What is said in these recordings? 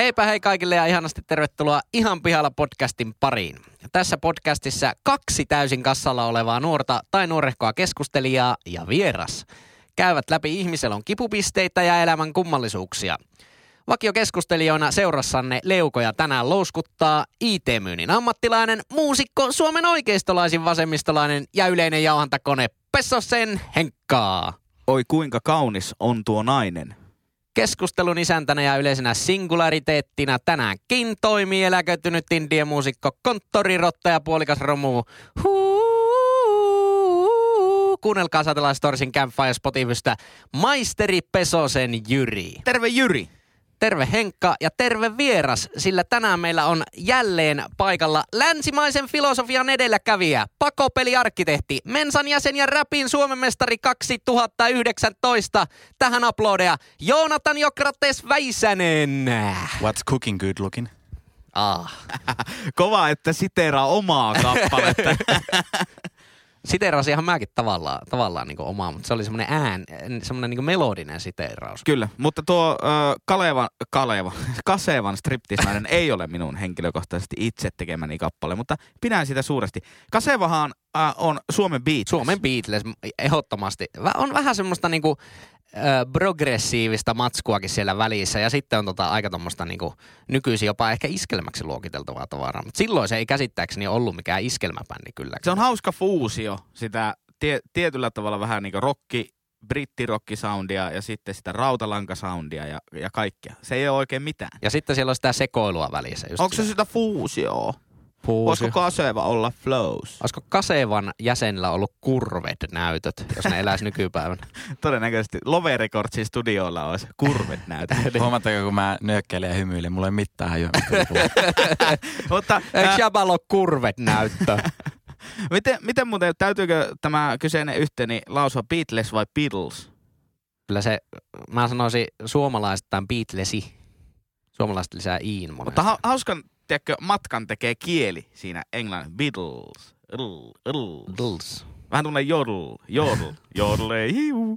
Heipä hei kaikille ja ihanasti tervetuloa Ihan pihalla podcastin pariin. Tässä podcastissa 2 täysin kassalla olevaa nuorta tai nuorehkoa keskustelijaa ja vieras käyvät läpi ihmiselon kipupisteitä ja elämän kummallisuuksia. Vakiokeskustelijoina seurassanne leukoja tänään louskuttaa IT-myynnin ammattilainen, muusikko, Suomen oikeistolaisin vasemmistolainen ja yleinen jauhantakone Pesosen Henkkaa. Oi kuinka kaunis on tuo nainen. Keskustelun isäntänä ja yleisenä singulariteettina tänäänkin toimii eläköitynyt indie-muusikko, konttorirotta ja puolikas romu. Kuunnelkaa Satellaistorsin Campfire Spotifysta maisteri Pesosen Jyri. Terve Jyri. Terve Henkka ja terve vieras, sillä tänään meillä on jälleen paikalla länsimaisen filosofian edelläkävijä, pakopeliarkkitehti, Mensan jäsen ja Räpin Suomen mestari 2019. Tähän aplodeja Joonatan Jokrates Väisänen. What's cooking good looking? Kova, että siteeraa omaa kappaletta. Siteerasin ihan mäkin tavallaan niin omaa, mutta se oli semmoinen niin melodinen siteeraus. Kyllä, mutta tuo Kasevan striptease-nainen ei ole minun henkilökohtaisesti itse tekemäni kappale, mutta pidän sitä suuresti. Kasevahan on Suomen Beatles. Suomen Beatles, ehdottomasti. On vähän semmoista niinku progressiivista matskuakin siellä välissä ja sitten on aika tommoista niinku nykyisin jopa ehkä iskelmäksi luokiteltavaa tavaraa. Mutta silloin se ei käsittääkseni ollut mikään iskelmäbändi kyllä. Se on hauska fuusio, sitä tietyllä tavalla vähän niinku brittirokkisoundia ja sitten sitä rautalankasoundia ja kaikkea. Se ei ole oikein mitään. Ja sitten siellä on sitä sekoilua välissä. Onko se sitä fuusioa? Voisiko Kaseva olla flows? Olisiko Kasevan jäsenillä ollut kurvet-näytöt, jos ne eläisi nykypäivänä? Todennäköisesti Love Recordsin studioilla olisi kurvet-näytöt. Huomattako, kun mä nyökkeilen ja hymyilen, mulla ei mitään hajoa. Eikö jäbällä ole kurvet-näyttö? Miten muuten, täytyykö tämä kyseinen yhteeni lausua Beatles vai Beatles? Kyllä mä sanoisin suomalaistaan Beatlesi. Suomalaiset lisää iin monesti. Mutta hauskan, tiedätkö, matkan tekee kieli siinä englannin. Beatles. Beatles. Vähän tulee jodel, ei hiu.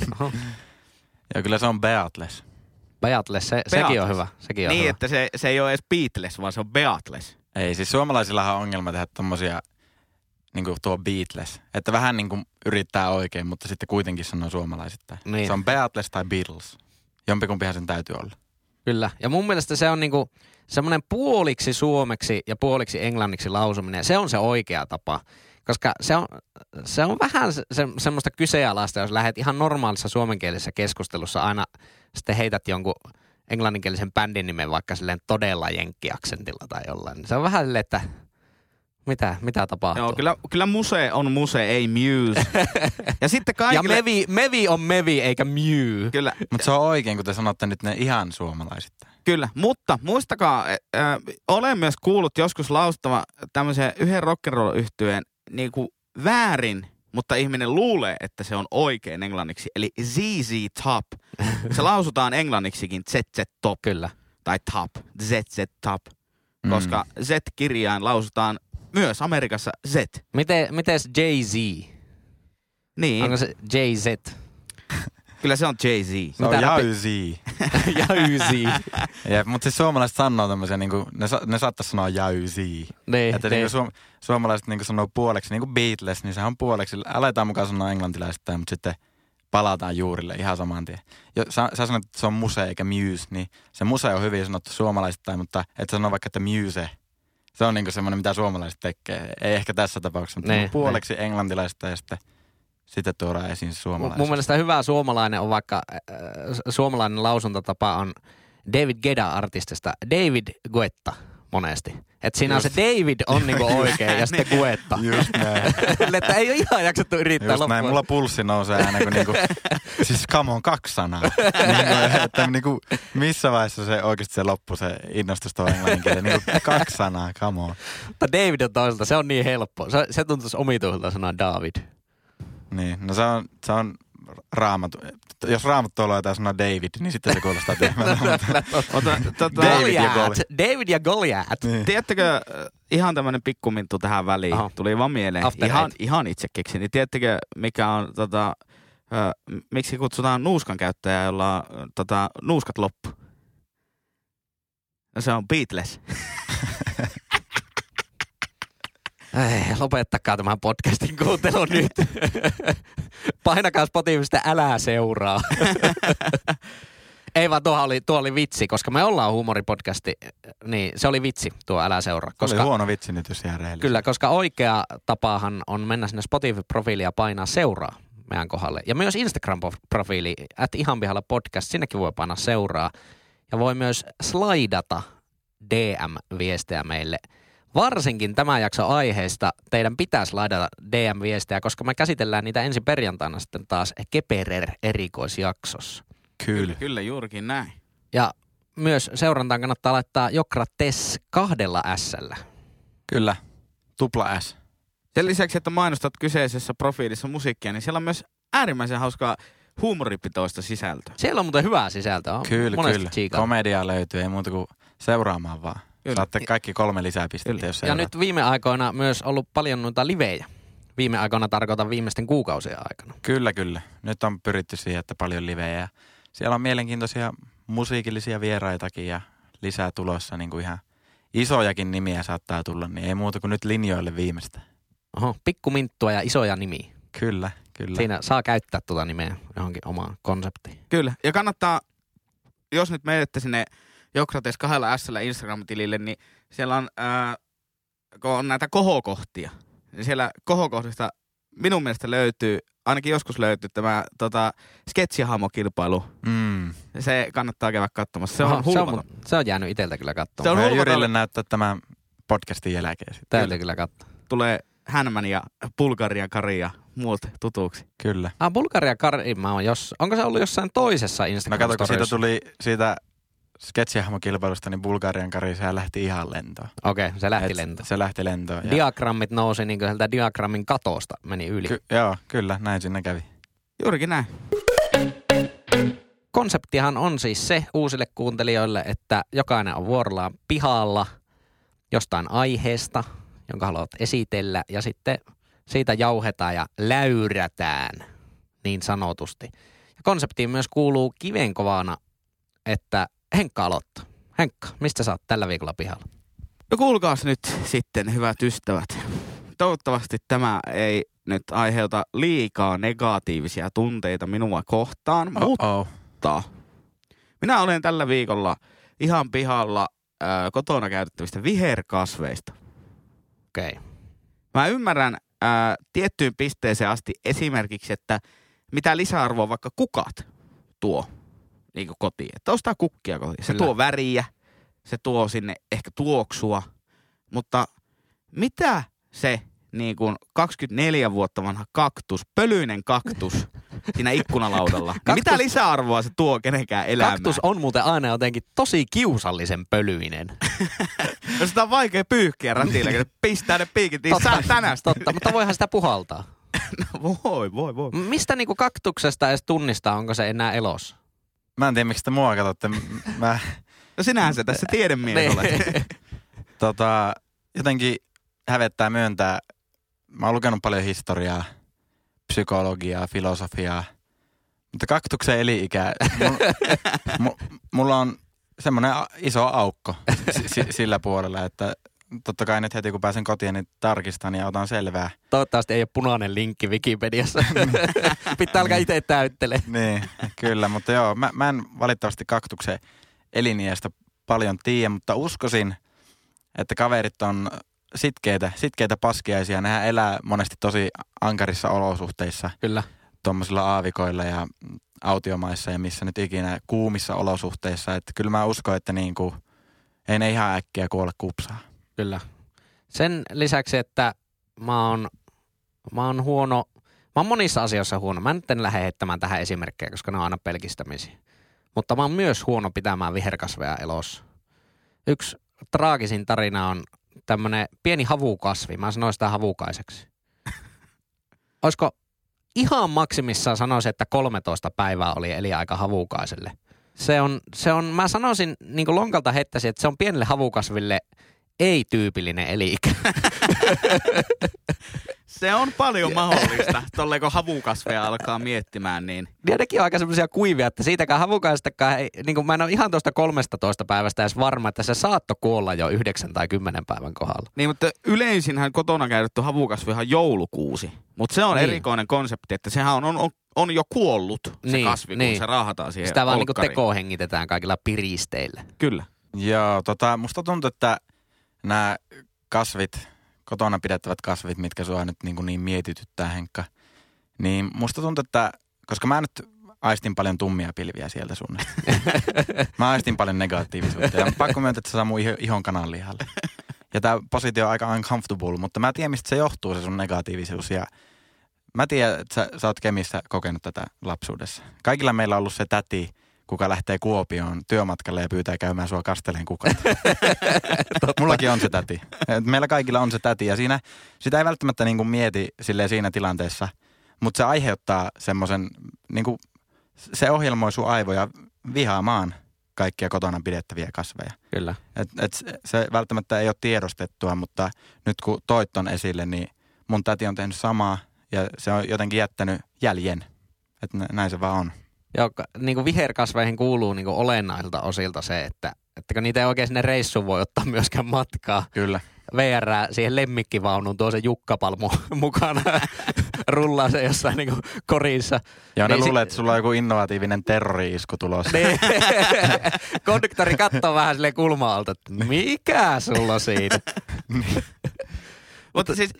Ja kyllä se on Beatles. Beatles, sekin on hyvä. Sekin on niin, hyvä. että se ei ole edes Beatles, vaan se on Beatles. Ei, siis suomalaisillahan on ongelma tehdä tommosia, niinku tuo Beatles. Että vähän niinku yrittää oikein, mutta sitten kuitenkin sanoo suomalaisittain. Niin. Se on Beatles tai Beatles. Jompikumpihan sen täytyy olla. Kyllä. Ja mun mielestä se on niinku semmoinen puoliksi suomeksi ja puoliksi englanniksi lausuminen. Se on se oikea tapa. Koska se on vähän semmoista kyseenalaista, jos lähdet ihan normaalissa suomenkielisessä keskustelussa aina sitten heität jonkun englanninkielisen bändin nimen vaikka silleen todella jenkkiaksentilla tai jollain. Se on vähän silleen, että mitä tapahtuu? Joo, kyllä muse on muse, ei muse. Ja sitten kaikille... Ja mevi on mevi, eikä mew. Kyllä. Mutta se on oikein, kun te sanotte nyt ne ihan suomalaisittain. Kyllä, mutta muistakaa, olen myös kuullut joskus laustava tämmöisen yhden rock'n'roll-yhtyeen niinku väärin, mutta ihminen luulee, että se on oikein englanniksi. Eli ZZ Top. Se lausutaan englanniksikin ZZ Top. Kyllä. Tai Top, ZZ Top. Koska Z-kirjain lausutaan myös Amerikassa Z. Mites Jay-Z? Niin. Onko se Jay-Z? Kyllä se on Jay-Z. Se on Jay-Z. Jay-Z. Mutta siis suomalaiset sanoo tämmöisiä, niinku, ne saattaa sanoa Jay-Z. Että niinku suomalaiset niinku sanoo puoleksi, niinku Beatles, niin sehän on puoleksi. Aletaan mukaan sanoa englantilaisittain, mutta sitten palataan juurille ihan saman tien. Sä sanoit, että se on muse eikä muse, niin se muse on hyvin sanottu suomalaisittain, mutta et sano vaikka, että muse. Se on niinku semmoinen, mitä suomalaiset tekee. Ei ehkä tässä tapauksessa, mutta puoleksi englantilaista ja sitten tuodaan esiin suomalaiset. Mun mielestä hyvä suomalainen on vaikka, suomalainen lausuntatapa on David Guetta-artistista David Guetta monesti. Että siinä on se David on niinku oikein ja sitten Guetta. Just näin. Että ei ole ihan jaksettu yrittää loppuun. Just näin, mulla pulssi nousee aina kun niinku, siis come on, 2 sanaa. Että niinku, missä vaiheessa se oikeasti se loppu, se innostus tuo englannin kielen. Niinku 2 sanaa, come on. Mutta David on toiselta, se on niin helppo. Se tuntuisi omituiselta sanoa David. Niin, no se on Raamattu. Jos Raamattu on jotain sanoa David, niin sitten se kuulostaa tyhmältä. David ja Goliath. Niin. Tiedättekö, ihan tämmönen pikkuminttu tähän väliin. Tuli vaan mieleen. Ihan itse keksin. Niin tiedättekö, mikä on miksi kutsutaan nuuskan käyttäjää, jolla nuuskat loppu? No se on Beatles. Ei, lopettakaa tämän podcastin kuuntelu nyt. Painakaa Spotifysta älä seuraa. Ei vaan tuo oli vitsi, koska me ollaan huumoripodcasti, niin se oli vitsi tuo älä seuraa. Koska, oli huono vitsi nyt, jos jää rehellisesti. Kyllä, koska oikea tapahan on mennä sinne Spotify-profiiliin ja painaa seuraa meidän kohdalle. Ja myös Instagram-profiili, @ihanpihalla-podcast, sinnekin voi painaa seuraa. Ja voi myös slaidata DM-viestejä meille. Varsinkin tämän jakson aiheesta teidän pitäisi laidata DM-viestejä, koska me käsitellään niitä ensi perjantaina sitten taas Keperer-erikoisjaksossa. Kyllä, juurikin näin. Ja myös seurantaan kannattaa laittaa Jokrates 2 S:llä. Kyllä, tupla S. Sen lisäksi, että mainostat kyseisessä profiilissa musiikkia, niin siellä on myös äärimmäisen hauskaa huumoripitoista sisältöä. Siellä on muuten hyvää sisältöä. Kyllä. Komediaa löytyy, ei muuta kuin seuraamaan vaan. Kyllä. Saatte kaikki 3 lisäpistettä, jos ja nyt viime aikoina myös ollut paljon noita livejä. Viime aikoina tarkoitan viimeisten kuukausien aikana. Kyllä. Nyt on pyritty siihen, että paljon livejä. Siellä on mielenkiintoisia musiikillisia vieraitakin ja lisää tulossa, niin kuin ihan isojakin nimiä saattaa tulla, niin ei muuta kuin nyt linjoille viimeistä. Oho, pikkuminttua ja isoja nimiä. Kyllä. Siinä saa käyttää tuota nimeä johonkin omaan konseptiin. Kyllä, ja kannattaa, jos nyt menette sinne Jokrates 2 S:llä Instagram-tilille, niin siellä on, kun on näitä kohokohtia, niin siellä kohokohdista minun mielestä löytyy, ainakin joskus löytyy tämä sketsihahmokilpailu. Se kannattaa käydä katsomassa. Se on hulvaton. Se on jäänyt itseltä kyllä katsomaan. Se on Jyrille näyttää tämän podcastin jälkeen. Täytyy kyllä katsoa. Tulee Hänmän ja Bulgarian Kari ja muut tutuksi. Kyllä. Bulgarian Kari, onko se ollut jossain toisessa Instagram-storissa? No kato, kun siitä tuli siitä sketsihahmokilpailusta, niin Bulgarian Kari, sehän lähti ihan lentoon. Okei, se lähti lentoon. Se lähti lentoon. Diagrammit nousi niin kuin sieltä diagrammin katosta, meni yli. Joo, kyllä, näin sinne kävi. Juurikin näin. Konseptihan on siis se uusille kuuntelijoille, että jokainen on vuorollaan pihalla jostain aiheesta, jonka haluat esitellä, ja sitten siitä jauhetaan ja läyrätään niin sanotusti. Ja konseptiin myös kuuluu kivenkovana, että Henkka aloittaa. Henkka, mistä sä oot tällä viikolla pihalla? No kuulkaas nyt sitten, hyvät ystävät. Toivottavasti tämä ei nyt aiheuta liikaa negatiivisia tunteita minua kohtaan, mutta minä olen tällä viikolla ihan pihalla kotona käytettävistä viherkasveista. Okei. Mä ymmärrän tiettyyn pisteeseen asti esimerkiksi, että mitä lisäarvoa vaikka kukat tuo niin kuin kotiin. Että ostaa kukkia kotiin. Se tuo väriä, se tuo sinne ehkä tuoksua, mutta mitä se niin kuin 24 vuotta vanha kaktus, pölyinen kaktus siinä ikkunalaudalla, niin mitä lisäarvoa se tuo kenenkään elämään? Kaktus on muuten aina jotenkin tosi kiusallisen pölyinen. No sitä on vaikea pyyhkiä ratilla, kun pistää ne piikit tänästä. Totta, mutta voihan sitä puhaltaa. No voi. Mistä niinku kaktuksesta edes tunnistaa, onko se enää elossa? Mä en tiedä, miksi te mua katsotte. No sinähän se tässä tiedemies olet. Jotenkin hävettää myöntää. Mä oon lukenut paljon historiaa, psykologiaa, filosofiaa, mutta kaktuksen eli-ikä, mulla on semmoinen iso aukko sillä puolella, että totta kai nyt heti kun pääsen kotiin, niin tarkistan ja otan selvää. Toivottavasti ei ole punainen linkki Wikipediassa. Pitää alkaa itse täyttelemään. Niin, kyllä, mutta joo, mä en valitettavasti kaktuksen eliniästä paljon tiedä, mutta uskoisin, että kaverit on sitkeitä paskiaisia. Nehän elää monesti tosi ankarissa olosuhteissa. Kyllä. Tuommoisilla aavikoilla ja autiomaissa ja missä nyt ikinä kuumissa olosuhteissa. Että kyllä mä uskon, että niinku, ei ne ihan äkkiä kuole kupsaa. Kyllä. Sen lisäksi, että mä oon huono, mä oon monissa asioissa huono. Mä nyt en lähde heittämään tähän esimerkkejä, koska ne on aina pelkistämisiä. Mutta mä oon myös huono pitämään viherkasveja elossa. Yksi traagisin tarina on tämmönen pieni havukasvi. Mä sanoin sitä havukaiseksi. Olisiko ihan maksimissaan sanoisin, että 13 päivää oli elinaika havukaiselle. Se on, mä sanoisin niin kuin lonkalta heittäisin, että se on pienelle havukasville ei-tyypillinen eli-ikä. Se on paljon mahdollista, tolleen kun havukasveja alkaa miettimään, niin... Ja nekin on aika semmoisia kuivia, että siitäkään havukaisestakaan, niin kuin mä en ole ihan tuosta 13 päivästä edes varma, että se saattoi kuolla jo 9 tai 10 päivän kohdalla. Niin, mutta yleisinhän kotona käytetty havukasvihan joulukuusi. Mutta se on erikoinen konsepti, että sehän on jo kuollut se kasvi, kun se raahataan siihen sitä vaan niin kuin tekoon hengitetään kaikilla piristeillä. Kyllä. Joo, musta tuntuu, että nämä kasvit, kotona pidettävät kasvit, mitkä sua nyt niin mietityttää, Henkka, niin musta tuntuu, että koska mä nyt aistin paljon tummia pilviä sieltä suunnasta. Mä aistin paljon negatiivisuutta ja pakko myöntää, että se saa mun ihon kananlihalle. Ja tää positio on aika uncomfortable, mutta mä tiedän, mistä se johtuu, se sun negatiivisuus. Ja mä tiedän, että sä oot Kemissä kokenut tätä lapsuudessa. Kaikilla meillä on ollut se täti, kuka lähtee Kuopioon työmatkalle ja pyytää käymään sua kasteleen kukat. Mullakin on se täti. Meillä kaikilla on se täti ja sitä ei välttämättä niin kuin mieti siinä tilanteessa, mutta se aiheuttaa semmoisen, niin kuin, se ohjelmoi sun aivoja vihaamaan kaikkia kotona pidettäviä kasveja. Kyllä. Se välttämättä ei ole tiedostettua, mutta nyt kun toit on esille, niin mun täti on tehnyt samaa ja se on jotenkin jättänyt jäljen. Että näin se vaan on. Joo, niin kuin viherkasveihin kuuluu niin kuin olennaisilta osilta se, että kun niitä ei oikein sinne reissuun voi ottaa myöskään matkaa. Kyllä. VR siihen lemmikkivaunuun tuo se jukkapalmu mukana, rullaa se jossain niin kuin korissa. Joo, ne luulee, että sulla on joku innovatiivinen terrori-isku tulossa. Konduktori katsoo vähän silleen kulma-alta, että mikä sulla on siinä? Mutta siis,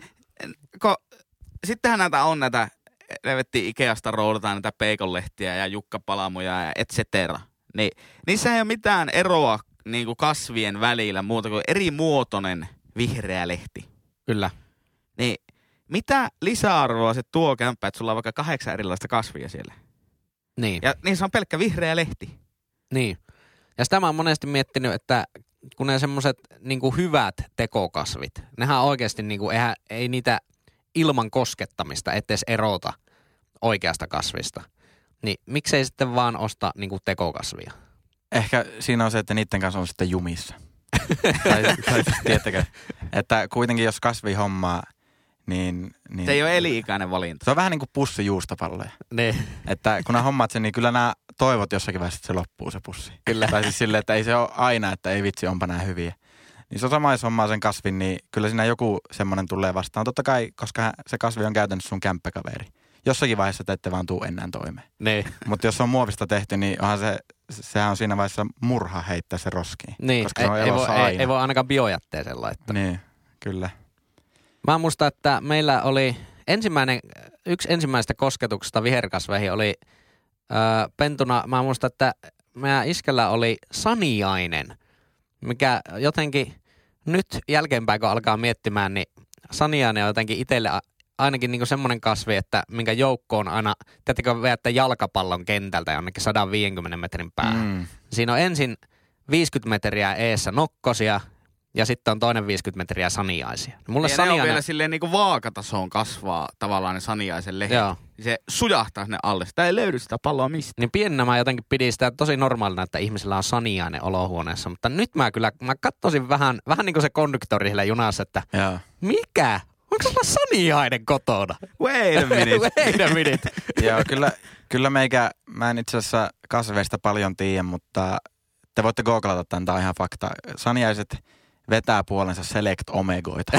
sittenhän näitä levettiin Ikeasta roudataan näitä peikonlehtiä ja jukkapalamuja ja et cetera. Niin, niissä ei ole mitään eroa niin kuin kasvien välillä muuta kuin eri muotoinen vihreä lehti. Kyllä. Niin, mitä lisäarvoa se tuo kämppä, että sulla on vaikka 8 erilaista kasvia siellä? Niin. Ja niissä on pelkkä vihreä lehti. Niin. Ja sitä mä oon monesti miettinyt, että kun ne semmoiset niinku hyvät tekokasvit, nehän oikeasti niinku, ei niitä ilman koskettamista edes erota oikeasta kasvista. Niin miksei sitten vaan osta niinku tekokasvia? Ehkä siinä on se, että niiden kanssa on sitten jumissa. tai tiedättekö, että kuitenkin jos kasvi hommaa, niin... Se ei ole eli-ikäinen valinta. Se on vähän niin kuin pussi juustopalloja. Ne. Että kun nämä hommaat sen, niin kyllä nämä toivot jossakin vaiheessa, että se loppuu se pussi. Kyllä. Tai siis silleen, että ei se ole aina, että ei vitsi, onpa nämä hyviä. Niin se on sama, jos hommaa sen kasvin, niin kyllä siinä joku semmoinen tulee vastaan. Totta kai, koska se kasvi on käytännössä sun kämppäkaveri. Jossakin vaiheessa te ette vaan tuu enää toimeen. Mutta jos se on muovista tehty, niin sehän on siinä vaiheessa murha heittää se roskiin. Niin, koska se on elossa aina. Ei voi ainakaan biojätteeseen laittaa. Niin, kyllä. Mä muistan, että meillä oli yksi ensimmäistä kosketuksesta viherkasveihin oli pentuna. Mä muistan, että meidän iskällä oli saniainen, mikä jotenkin nyt jälkeenpäin kun alkaa miettimään, niin saniainen on jotenkin itselle ainakin niinku semmoinen kasvi, että minkä joukkoon aina, teettekö veätte jalkapallon kentältä jonnekin 150 metrin päähän. Siinä on ensin 50 metriä eessä nokkosia ja sitten on toinen 50 metriä saniaisia. Mulle ja saniainen... ne on vielä silleen niinku vaakatasoon kasvaa tavallaan ne saniaisen lehdet. Joo. Se sujahtaa sinne alle. Sitä ei löydy sitä palloa mistä. Niin pienenä mä jotenkin pidin sitä tosi normaalina, että ihmisillä on saniainen olohuoneessa. Mutta nyt mä katsoisin vähän niin kuin se konduktori siellä junassa, että mikä? Onko sulla saniainen kotona? Wait a minute. Wait a minute. Joo, kyllä mä en itse asiassa kasveista paljon tiedä, mutta te voitte googlata tämän, tämä on ihan fakta. Saniaiset vetää puolensa Select Omegoita.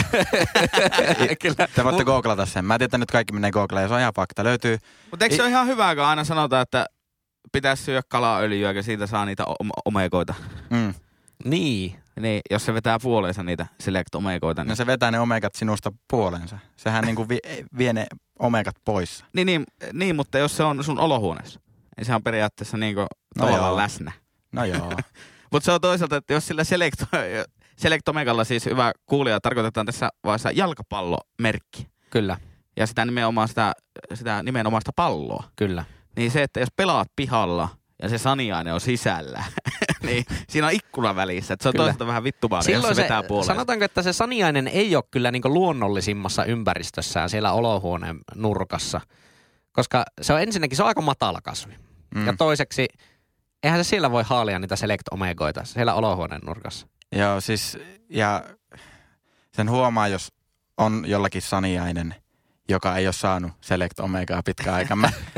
Te voitte googlata sen. Mä tiedän, että nyt kaikki menee googlaan ja se on ihan fakta. Löytyy... Mutta eikö se ole ihan hyvä, kun aina sanotaan, että pitäisi syödä kalaöljyä, ja siitä saa niitä omegoita? Niin, jos se vetää puoleensa niitä Select Omegoita. Niin... No se vetää ne omegat sinusta puoleensa. Sehän niinku vie ne omegat pois. Niin, mutta jos se on sun olohuoneessa, niin se on periaatteessa niinku tavallaan läsnä. No joo. Mutta se on toisaalta, että jos sillä Select Omegalla, siis hyvä kuulija, tarkoitetaan tässä vaiheessa jalkapallomerkki. Kyllä. Ja sitä nimenomaista palloa. Kyllä. Niin se, että jos pelaat pihalla ja se saniainen on sisällä, niin siinä on ikkuna välissä. Että se on toisaalta vähän vittumaari, jos se vetää puoleen. Sanotaanko, että se saniainen ei ole kyllä niinku luonnollisimmassa ympäristössään siellä olohuoneen nurkassa. Koska se on ensinnäkin, se on aika matala kasvi. Ja toiseksi, eihän se siellä voi haalia niitä Select Omegoita siellä olohuoneen nurkassa. Joo, siis, ja sen huomaa, jos on jollakin saniainen, joka ei ole saanut Select Omegaa pitkään aikaa.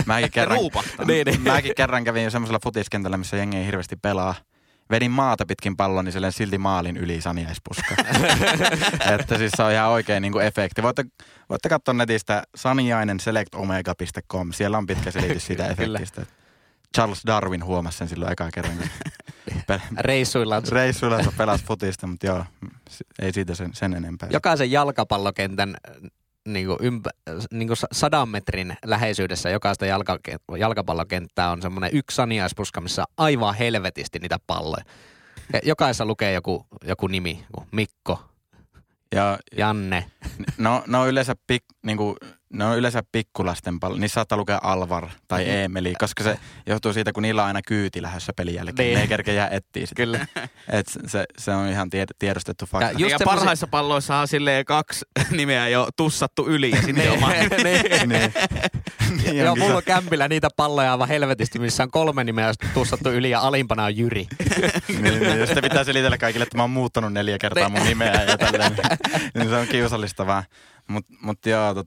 Mäkin kerran kävin jo semmoisella futiskentällä, missä jengi ei hirveästi pelaa. Vedin maata pitkin pallon, niin silti maalin yli saniaispuska. Että siis se on ihan oikein niin kuin efekti. Voitte katsoa netistä saniainen.selectomega.com. Siellä on pitkä selitys siitä efektistä. Charles Darwin huomasi sen silloin ekaa kerran. Reissuillansa pelasi futista, mutta joo, ei siitä sen enempää. Jokaisen jalkapallokentän niin kuin 100 metrin läheisyydessä jokaista jalkapallokenttää on semmoinen yksi saniaispuska, missä on aivan helvetisti niitä palloja. Ja jokaisessa lukee joku nimi, Mikko, Janne. Ne on yleensä pikkulasten pallo. Niissä saattaa lukea Alvar tai Eemeli, koska se johtuu siitä, kun niillä on aina kyyti lähdössä pelin jälkeen. Ne ei kerkeä jää etsiä sitä. Kyllä. Et se on ihan tiedostettu fakta. Ja parhaissa palloissa on silleen 2 nimeä jo tussattu yli ja sitten oma. Joo, mulla on kämpillä niitä palloja aivan helvetisti, missä on 3 nimeä tussattu yli ja alimpana on Jyri. Ja sitten pitää selitellä kaikille, että mä oon muuttanut 4 kertaa mun nimeä ja tälleen. Niin se on kiusallistavaa. Mut joo,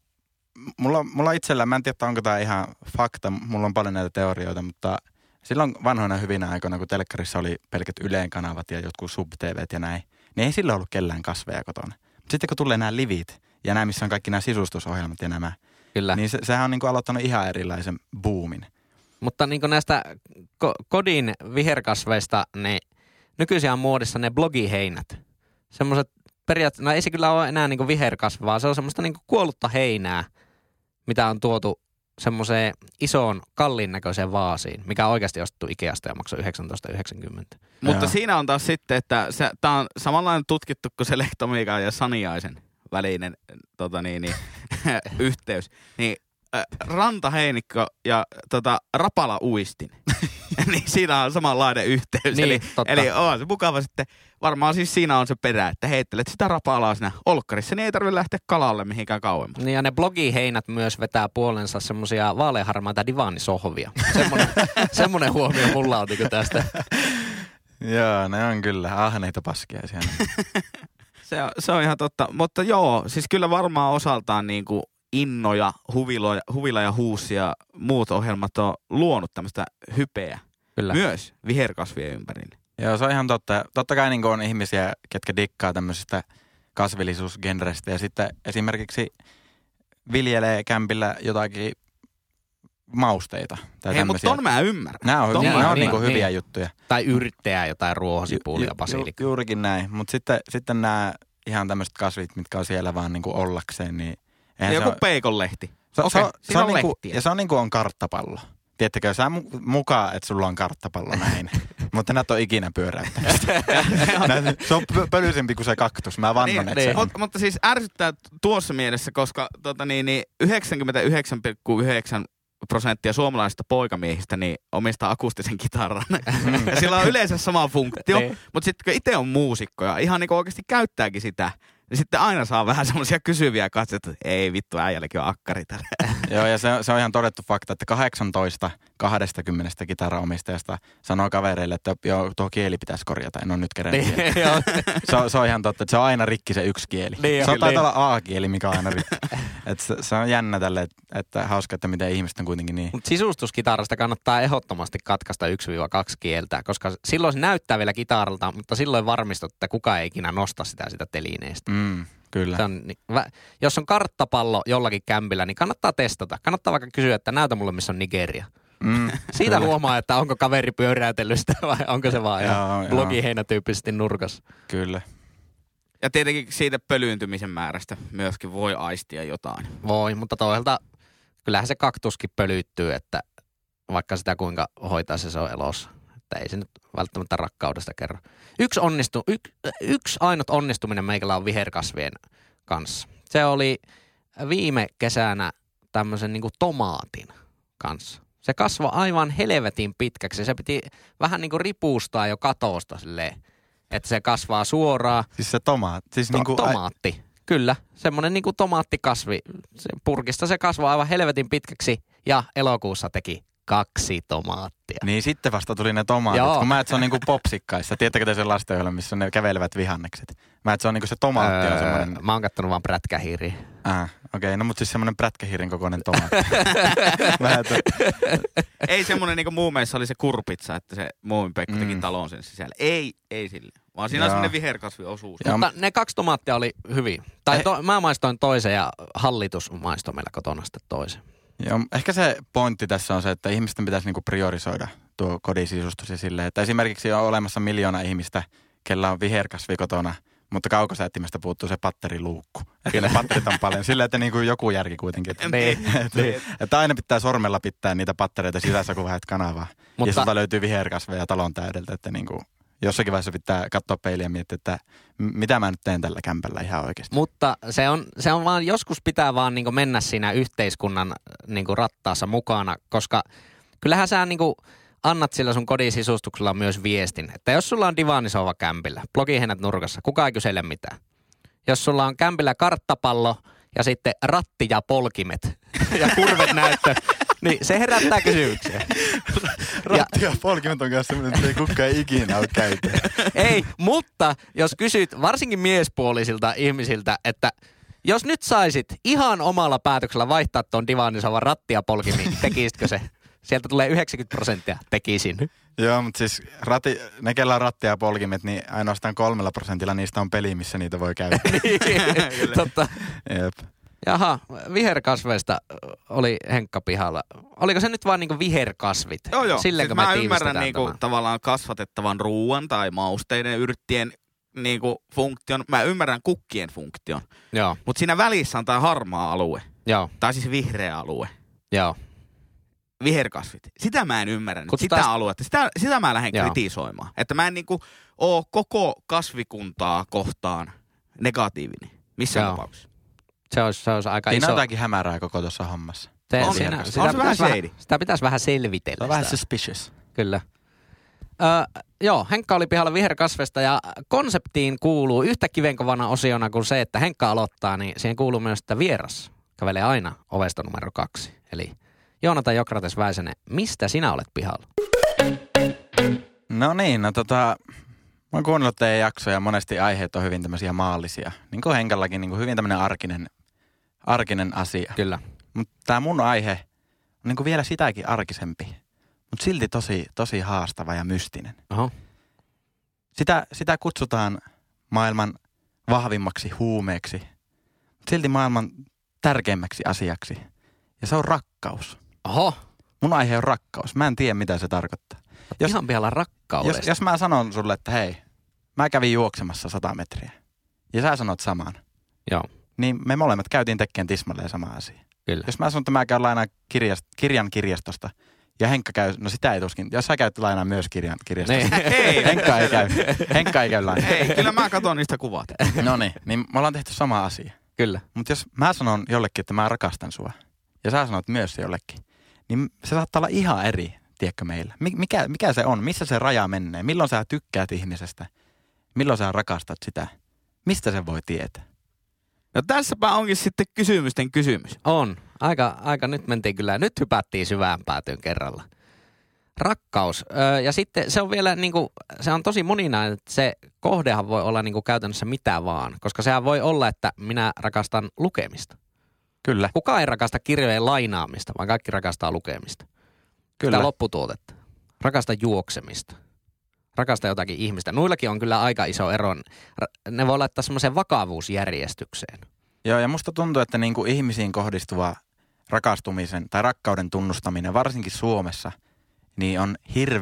mulla itsellä, mä en tiedä, onko tää ihan fakta, mulla on paljon näitä teorioita, mutta silloin vanhoina hyvinä aikoina, kun telkkarissa oli pelkät Yleen kanavat ja jotkut sub-tvt ja näin, niin ei silloin ollut kellään kasveja kotona. Sitten kun tulee nämä livit ja nämä, missä on kaikki nämä sisustusohjelmat ja nämä, kyllä, niin sehän on niin kuin aloittanut ihan erilaisen boomin. Mutta niin kuin näistä kodin viherkasveista, niin nykyisin on muodissa ne blogiheinät. Semmoiset periaatteessa, no ei se kyllä ole enää niin kuin viherkasvi, vaan se on semmoista niin kuin kuollutta heinää, mitä on tuotu semmoiseen isoon kalliin näköiseen vaasiin, mikä on oikeasti ostettu Ikeasta ja maksoi 19,90. Mutta siinä on taas sitten, että tämä on samanlainen tutkittu kuin Select Omega ja Saniaisen välinen yhteys. Niin rantaheinikko ja rapala uistin. Niin siinä on samanlainen yhteys. Niin, eli on se mukava sitten. Varmaan siis siinä on se perä, että heittelet sitä rapalaa siinä olkkarissa, niin ei tarvitse lähteä kalalle mihinkään kauemmas. Niin ja ne blogiheinät myös vetää puolensa semmosia vaaleanharmaita divaanisohvia. Semmoinen huomio mulla on tästä. Joo, ne on kyllä ahneita paskia siellä. Se on ihan totta. Mutta joo, siis kyllä varmaan osaltaan niinku Inno ja Huvila ja Huusi ja muut ohjelmat on luonut tämmöistä hypeä kyllä myös viherkasvien ympärille. Joo, se on ihan totta. Totta kai niin on ihmisiä, ketkä dikkaa tämmöisestä kasvillisuusgenrestä ja sitten esimerkiksi viljelee kämpillä jotakin mausteita. Tai hei, mutta ton mä ymmärrän. Nämä on niin hyviä juttuja. Tai yrittää jotain ruohosipuulia, basilikkaa. Juurikin näin, mutta sitten nämä ihan tämmöiset kasvit, mitkä on siellä vaan niin kuin ollakseen, niin joku peikonlehti. Se on niin kuin on karttapallo. Tiedättekö, sä mukaan, että sulla on karttapallo näin. Mutta näet on ikinä pyöräyttänyt. Se on pölyisempi kuin se kaktus. Mä vannon, että se on. Mutta siis ärsyttää tuossa mielessä, koska 99,9% suomalaisista poikamiehistä niin omistaa akustisen kitaran. Ja sillä on yleensä sama funktio. Mutta sitten kun itse on muusikko ja ihan niin oikeasti käyttääkin sitä, niin sitten aina saa vähän semmoisia kysyviä katseita, että ei vittu, äijälläkin on akkari tällä. Joo, ja se on ihan todettu fakta, että 18 20 kitaraomistajasta sanoo kavereille, että joo, tuo kieli pitäisi korjata, en ole nyt kerennyt. Se on ihan totta, että se on aina rikki se yksi kieli. Se on taitaa olla A-kieli, mikä on aina rikki. Se on jännä tälle, että hauska, että miten ihmiset on kuitenkin niin. Mutta sisustuskitarasta kannattaa ehdottomasti katkaista 1-2 kieltä, koska silloin se näyttää vielä kitaralta, mutta silloin varmistut, että kukaan ei ikinä nosta sitä telineestä. Kyllä. Jos on karttapallo jollakin kämpillä, niin kannattaa testata. Kannattaa vaikka kysyä, että näytä mulle, missä on Nigeria. Siitä huomaa, että onko kaveri pyöräytellyt sitä vai onko se vaan ihan blogiheinätyyppisesti nurkassa. Kyllä. Ja tietenkin siitä pölyyntymisen määrästä myöskin voi aistia jotain. Voi, mutta toisaalta kyllähän se kaktuskin pölyyttyy, että vaikka sitä kuinka hoitaisi se on elossa. Että ei se nyt välttämättä rakkaudesta kerro. Yksi ainut onnistuminen meikällä on viherkasvien kanssa. Se oli viime kesänä tämmöisen niin kuin tomaatin kanssa. Se kasvoi aivan helvetin pitkäksi. Se piti vähän niin kuin ripustaa jo katosta silleen, että se kasvaa suoraan. Siis se tomaatti? Tomaatti, kyllä. Semmoinen niin kuin tomaattikasvi. Purkista se kasvoi aivan helvetin pitkäksi ja elokuussa teki 2 tomaattia. Niin sitten vasta tuli ne tomaatit, Joo. kun mä et se on niinku popsikkaissa. Tiedättekö te sen lastenohjelma, missä ne kävelevät vihannekset? Mä et se on niinku se tomaatti on semmoinen. Mä oon kattonut vaan prätkähiiriä. Okei, no mut siis semmoinen prätkähiirin kokoinen tomaatti. Ei semmoinen niinku muumeissa oli se kurpitsa, että se Muuminpekka teki talon sen sisällä. Ei sille. Vaan siinä on semmoinen viherkasviosuus. Mutta ne 2 tomaattia oli hyviä. Tai mä maistoin toisen ja hallitus maistoi meillä kotona sitten toisen. Joo, ehkä se pointti tässä on se, että ihmisten pitäisi niinku priorisoida tuo kodin sisustus ja silleen, että esimerkiksi on olemassa 1 miljoona ihmistä, kellä on viherkasvi kotona, mutta kaukosäättimestä puuttuu se patteriluukku. Että ne patterit on paljon. Silleen, että niinku joku järki kuitenkin. Että aina pitää sormella pitää niitä pattereita sisässä, kun vähät kanavaa. Mutta, ja sulta löytyy viherkasveja talon täydeltä, että niinku jossakin vaiheessa pitää katsoa peiliä ja miettiä, että mitä mä nyt teen tällä kämpällä ihan oikeasti. Mutta se on vaan, joskus pitää vaan niinku mennä siinä yhteiskunnan niinku rattaassa mukana, koska kyllähän sä niinku annat sillä sun kodin sisustuksella myös viestin, että jos sulla on divaanisova kämpillä, blogihennät nurkassa, kukaan ei kysele mitään. Jos sulla on kämpillä karttapallo ja sitten ratti ja polkimet ja kurvet näyttö, niin se herättää kysymyksiä. Ratti ja polkimet on kanssa sellainen, että ei kukaan ikinä ole käyty. Ei, mutta jos kysyt varsinkin miespuolisilta ihmisiltä, että jos nyt saisit ihan omalla päätöksellä vaihtaa tuon divaanisovan ratti ja polkimiin, tekisitkö se? Sieltä tulee 90%, tekisin. Joo, mutta siis ne, kellä on rattia ja polkimet, niin ainoastaan 3% niistä on peli, missä niitä voi käyttää. Niin, totta. Jep. Jaha, viherkasveista oli Henkka pihalla. Oliko se nyt vaan niinku viherkasvit? Joo. Sillänkö siis me mä ymmärrän niinku tavallaan kasvatettavan ruuan tai mausteiden, yrttien niinku funktion. Mä ymmärrän kukkien funktion. Joo. Mutta siinä välissä on tää harmaa alue. Joo. Tai siis vihreä alue. Joo. Viherkasvit. Sitä mä en ymmärrä. Sitä aluetta. Sitä mä lähden kritisoimaan. Että mä en niinku oo koko kasvikuntaa kohtaan negatiivinen. Missään tapauksessa. Se olisi aika siinä iso. on jotakin hämärää koko tuossa hommassa. On se vähän shady. Sitä pitäisi vähän selvitellä. Se on vähän suspicious. Kyllä. Joo, Henkka oli pihalla viherkasvesta ja konseptiin kuuluu yhtä kivenkovana osiona kuin se, että Henkka aloittaa, niin siihen kuuluu myös, että vieras kävelee aina ovesta numero 2. Eli Joonatan Jokrates Väisänen, mistä sinä olet pihalla? No niin, mä oon kuunnellut teidän jaksoja ja monesti aiheet on hyvin tämmöisiä maallisia. Niin kuin Henkallakin, niin kuin hyvin tämmöinen arkinen asia. Kyllä. Mutta tää mun aihe on niin kuin vielä sitäkin arkisempi, mutta silti tosi haastava ja mystinen. Oho. Sitä kutsutaan maailman vahvimmaksi huumeeksi, mutta silti maailman tärkeimmäksi asiaksi. Ja se on rakkaus. Oho. Mun aihe on rakkaus. Mä en tiedä, mitä se tarkoittaa. Ihan pihalla rakkaudesta. Jos mä sanon sulle, että hei, mä kävin juoksemassa 100 metriä ja sä sanot saman, joo, niin me molemmat käytiin tekemään tismalleen sama asia. Kyllä. Jos mä sanon, että mä käyn lainaa kirjan kirjastosta ja Henkka käy, no sitä ei tuskin. Jos sä käyt lainaa myös kirjan kirjastosta. Ei. Henkka ei käy lainaa. Ei, kyllä mä katson niistä kuvat. No niin me ollaan tehty sama asia. Kyllä. Mutta jos mä sanon jollekin, että mä rakastan sua ja sä sanot myös se jollekin, niin se saattaa olla ihan eri, tiedätkö meillä. Mikä se on? Missä se raja menee? Milloin sä tykkäät ihmisestä? Milloin sä rakastat sitä? Mistä se voi tietää? No tässäpä onkin sitten kysymysten kysymys. On. Aika nyt mentiin kyllä. Nyt hypättiin syvään päätyyn kerralla. Rakkaus. Ja sitten se on vielä niinku, se on tosi moninainen, että se kohdehan voi olla niinku käytännössä mitä vaan. Koska sehän voi olla, että minä rakastan lukemista. Kyllä. Kukaan ei rakasta kirjojen lainaamista, vaan kaikki rakastaa lukemista. Kyllä. Sitä lopputuotetta. Rakasta juoksemista. Rakasta jotakin ihmistä. Nuillakin on kyllä aika iso ero. Ne voi laittaa semmoiseen vakavuusjärjestykseen. Joo, ja musta tuntuu, että niinku ihmisiin kohdistuva rakastumisen tai rakkauden tunnustaminen, varsinkin Suomessa, niin on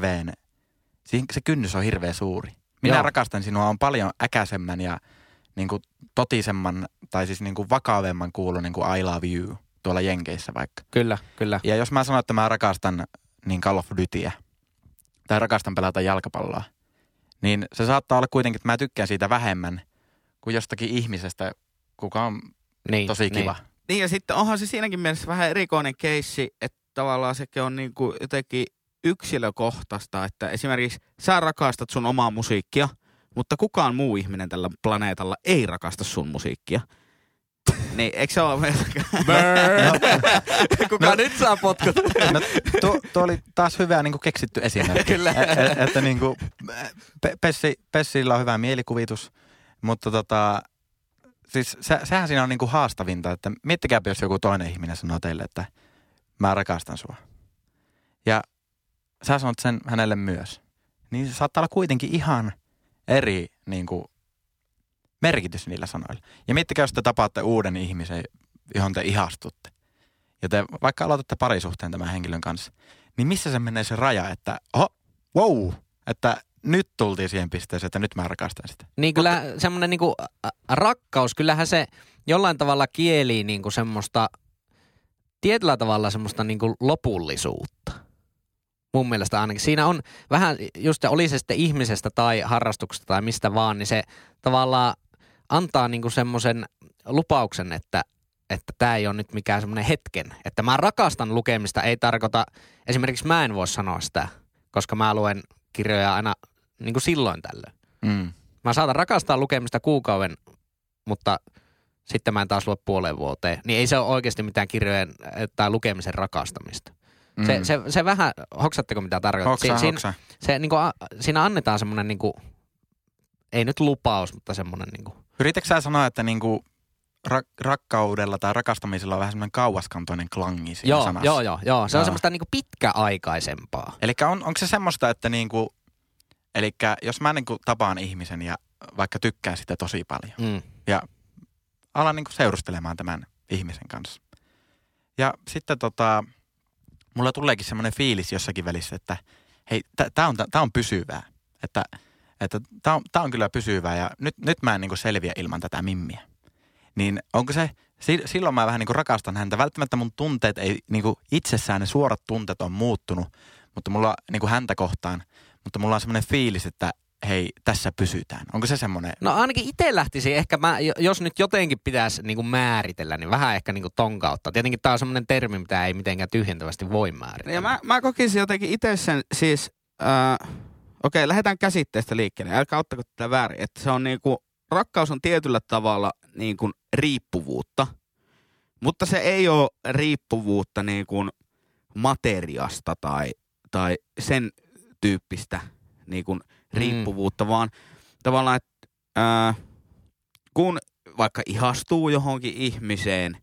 se kynnys on hirveän suuri. Minä rakastan sinua on paljon äkäisemmän ja niinku totisemman tai siis niinku vakavemman kuulun kuin I love you tuolla Jenkeissä vaikka. Kyllä, kyllä. Ja jos mä sanon, että mä rakastan niin Call of Dutyä tai rakastan pelata jalkapalloa, niin se saattaa olla kuitenkin, että mä tykkään siitä vähemmän kuin jostakin ihmisestä, kuka on tosi kiva. Niin ja sitten onhan se siinäkin mielessä vähän erikoinen keissi, että tavallaan sekin on niinku jotenkin yksilökohtaista, että esimerkiksi sä rakastat sun omaa musiikkia, mutta kukaan muu ihminen tällä planeetalla ei rakasta sun musiikkia. Niin, eikö se ole? Kuka nyt saa potkut? No, tuo oli taas hyvä niin kuin keksitty esimerkki. Kyllä. Että niin kuin Pessillä on hyvä mielikuvitus, mutta siis sehän siinä on niin kuin haastavinta, että miettikääpä, jos joku toinen ihminen sanoo teille, että mä rakastan sua. Ja sä sanot sen hänelle myös. Niin se saattaa olla kuitenkin ihan eri niin kuin merkitys niillä sanoilla. Ja miettikää, jos te tapaatte uuden ihmisen, johon te ihastutte. Ja te vaikka aloitatte parisuhteen tämän henkilön kanssa. Niin missä se menee se raja, että että nyt tultiin siihen pisteeseen, että nyt mä rakastan sitä. Niin kyllä semmoinen niinku rakkaus, kyllähän se jollain tavalla kielii niinku semmoista, tietyllä tavalla semmoista niinku lopullisuutta. Mun mielestä ainakin. Siinä on vähän, just oli se sitten ihmisestä tai harrastuksesta tai mistä vaan, niin se tavallaan antaa niinku semmoisen lupauksen, että tämä ei ole nyt mikään semmoinen hetken. Että mä rakastan lukemista ei tarkoita, esimerkiksi mä en voi sanoa sitä, koska mä luen kirjoja aina niin kuin silloin tällöin. Mä saatan rakastaa lukemista kuukauden, mutta sitten mä en taas lue puoleen vuoteen. Niin ei se ole oikeasti mitään kirjojen tai lukemisen rakastamista. Se vähän, hoksatteko mitä tarkoittaa? Hoksa. Se, niin kuin, siinä annetaan semmoinen, niin kuin, ei nyt lupaus, mutta semmoinen. Niin kuin. Yritätkö sä sanoa, että niin kuin rakkaudella tai rakastamisella on vähän semmoinen kauaskantoinen klangi siinä sanassa? Joo. Se on semmoista niin kuin pitkäaikaisempaa. Eli onko se semmoista, että niin kuin, elikkä jos mä niin kuin tapaan ihmisen ja vaikka tykkään sitä tosi paljon ja alan niin kuin seurustelemaan tämän ihmisen kanssa. Ja sitten mulla tuleekin semmoinen fiilis jossakin välissä, että hei, tää on pysyvää. Että tää on kyllä pysyvää ja nyt mä en niin kuin selviä ilman tätä mimmiä. Niin onko se, silloin mä vähän niin kuin rakastan häntä. Välttämättä mun tunteet ei niin kuin itsessään, ne suorat tunteet on muuttunut, mutta mulla niin kuin häntä kohtaan. Mutta mulla on semmoinen fiilis, että hei, tässä pysytään. Onko se semmoinen? No ainakin itse lähtisi ehkä, jos nyt jotenkin pitäisi niin kuin määritellä, niin vähän ehkä niin kuin ton kautta. Tietenkin tää on semmoinen termi, mitä ei mitenkään tyhjentävästi voi määritellä. Ja mä kokisin jotenkin itse sen siis, okei, lähdetään käsitteestä liikkeelle. Älkää ottako tätä väärin, että se on niinku, rakkaus on tietyllä tavalla niin kuin riippuvuutta, mutta se ei ole riippuvuutta niin kuin materiasta tai sen tyyppistä niin kuin riippuvuutta, vaan tavallaan, että kun vaikka ihastuu johonkin ihmiseen,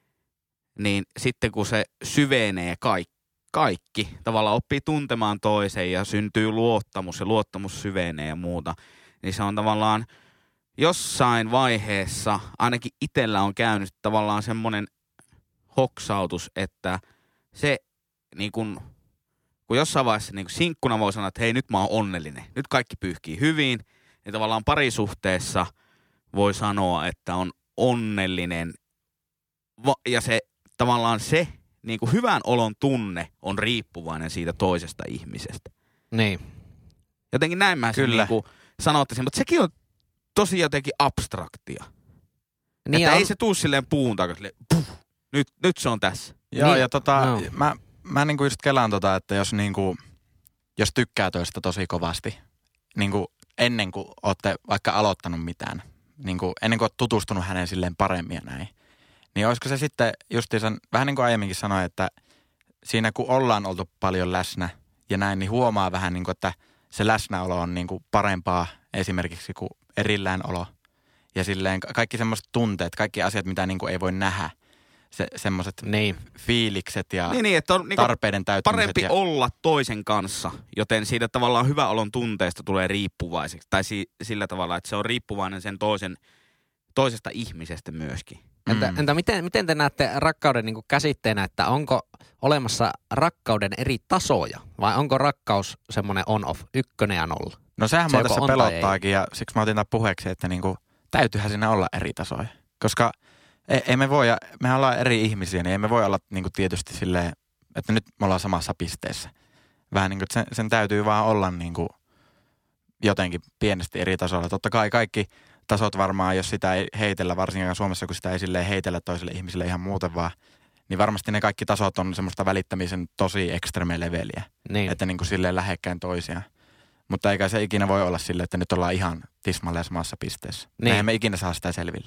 niin sitten kun se syvenee kaikki, tavallaan oppii tuntemaan toisen ja syntyy luottamus ja luottamus syvenee ja muuta, niin se on tavallaan jossain vaiheessa, ainakin itsellä on käynyt tavallaan semmoinen hoksautus, että se niin kun jossain vaiheessa niin kun sinkkuna voi sanoa, että hei, nyt mä oon onnellinen, nyt kaikki pyyhkii hyvin, niin tavallaan parisuhteessa voi sanoa, että on onnellinen ja se tavallaan se niin kun hyvän olon tunne on riippuvainen siitä toisesta ihmisestä. Niin. Jotenkin näin mä sen niin kuin sanottaisin, mutta sekin on tosi jotenkin abstraktia. Niin että ei se tuu silleen puun takaisin, nyt se on tässä. Joo, niin. Ja mä niinku just kelaan että jos tykkää toista tosi kovasti, niinku ennen kuin ootte vaikka aloittanut mitään, niinku ennen kuin oot tutustunut häneen silleen paremmin ja näin, niin olisiko se sitten justiinsa, vähän niin kuin aiemminkin sanoin, että siinä kun ollaan oltu paljon läsnä ja näin, niin huomaa vähän niin kuin, että se läsnäolo on niin kuin parempaa esimerkiksi kuin erillään olo. Ja silleen kaikki semmoiset tunteet, kaikki asiat, mitä niin kuin ei voi nähdä. Semmoiset fiilikset ja että on tarpeiden täyttymiset. Parempi olla toisen kanssa, joten siitä tavallaan hyvä olon tunteesta tulee riippuvaiseksi. Tai sillä tavalla, että se on riippuvainen sen toisesta ihmisestä myöskin. Entä miten te näette rakkauden niin kuin käsitteenä, että onko olemassa rakkauden eri tasoja? Vai onko rakkaus semmoinen on-off, 1 ja 0? No sehän mua tässä pelottaakin ja siksi mä otin tämän puheeksi, että niinku, täytyyhän siinä olla eri tasoja. Koska ei me voi, mehän ollaan eri ihmisiä, niin ei me voi olla niinku tietysti silleen, että nyt me ollaan samassa pisteessä. Vähän niin kuin, että sen täytyy vaan olla niinku jotenkin pienesti eri tasolla. Totta kai kaikki tasot varmaan, jos sitä ei heitellä, varsinkaan Suomessa, kun sitä ei silleen heitellä toiselle ihmiselle ihan muuten vaan, niin varmasti ne kaikki tasot on semmoista välittämisen tosi ekstreme leveliä. Niin. Että niin kuin silleen lähekkäin toisiaan. Mutta eikä se ikinä voi olla silleen, että nyt ollaan ihan tismalleen samassa pisteessä. Niin. Eihän me ikinä saa sitä selville.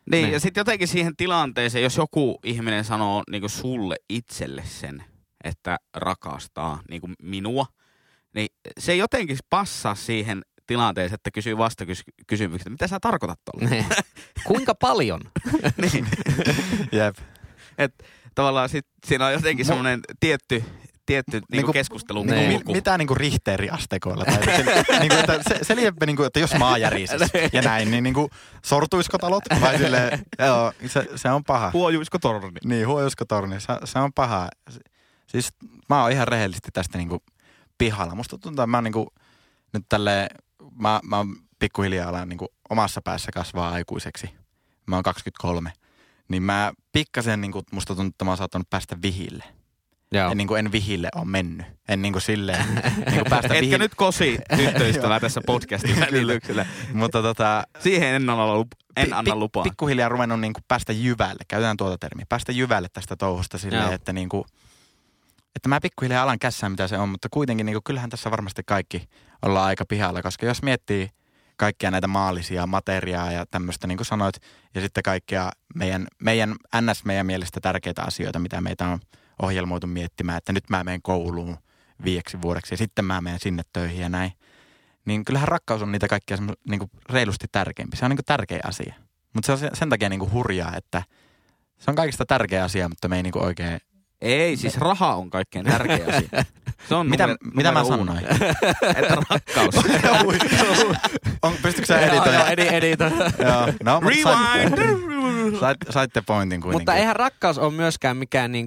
Niin, ja sitten jotenkin siihen tilanteeseen, jos joku ihminen sanoo niinku sulle itselle sen, että rakastaa niinku minua, niin se jotenkin passaa siihen tilanteeseen, että kysyy vastakysymykset, mitä sä tarkoitat tuolla? Kuinka paljon? Niin. Jep. Että tavallaan siinä on jotenkin semmoinen tietty niinku keskustelun kulku. Mitä niinku Richter-asteikoilla? Niinku, se lieppe, niinku, että jos maa järises ja näin, niin niinku, sortuisko talot? Vai silleen, joo, se on paha. Huojuisko torni? Niin, huojuisko torni. Se on paha. Siis mä oon ihan rehellisesti tästä niinku pihalla. Musta tuntuu, että mä oon niinku, nyt tälleen, mä oon pikkuhiljaa alan niinku omassa päässä kasvaa aikuiseksi. Mä oon 23. Niin mä pikkasen niinku, musta tuntuu, että mä oon saattanut päästä vihille. En vihille ole mennyt. En niinku silleen niinku päästä vihille. Etkä nyt kosi tyttöystävää tässä podcastin välityksellä. Mutta siihen en anna lupaa. Pikkuhiljaa ruvennut niinku päästä jyvälle. Käytetään tuota termiä. Päästä jyvälle tästä touhusta silleen, että niinku, että mä pikkuhiljaa alan kässää mitä se on, mutta kuitenkin niinku, kyllähän tässä varmasti kaikki ollaan aika pihalla, koska jos miettii kaikkia näitä maallisia materiaa ja tämmöistä, niin kuin sanoit, ja sitten kaikkia meidän mielestä tärkeitä asioita, mitä meitä on ohjelmoitu miettimään, että nyt mä menen kouluun 5 vuodeksi ja sitten mä menen sinne töihin ja näin. Niin kyllähän rakkaus on niitä kaikkia niin kuin reilusti tärkeämpi. Se on niin kuin tärkeä asia. Mutta se on sen takia niin kuin hurjaa, että se on kaikista tärkeä asia, mutta me ei niin kuin oikein... Ei, siis raha on kaikkein tärkeä asia. Se on mitä mä sanoin? Että rakkaus. Pystytkö sä editoimaan? Joo, no, rewind! Saitte pointin kuitenkin. Mutta eihän rakkaus ole myöskään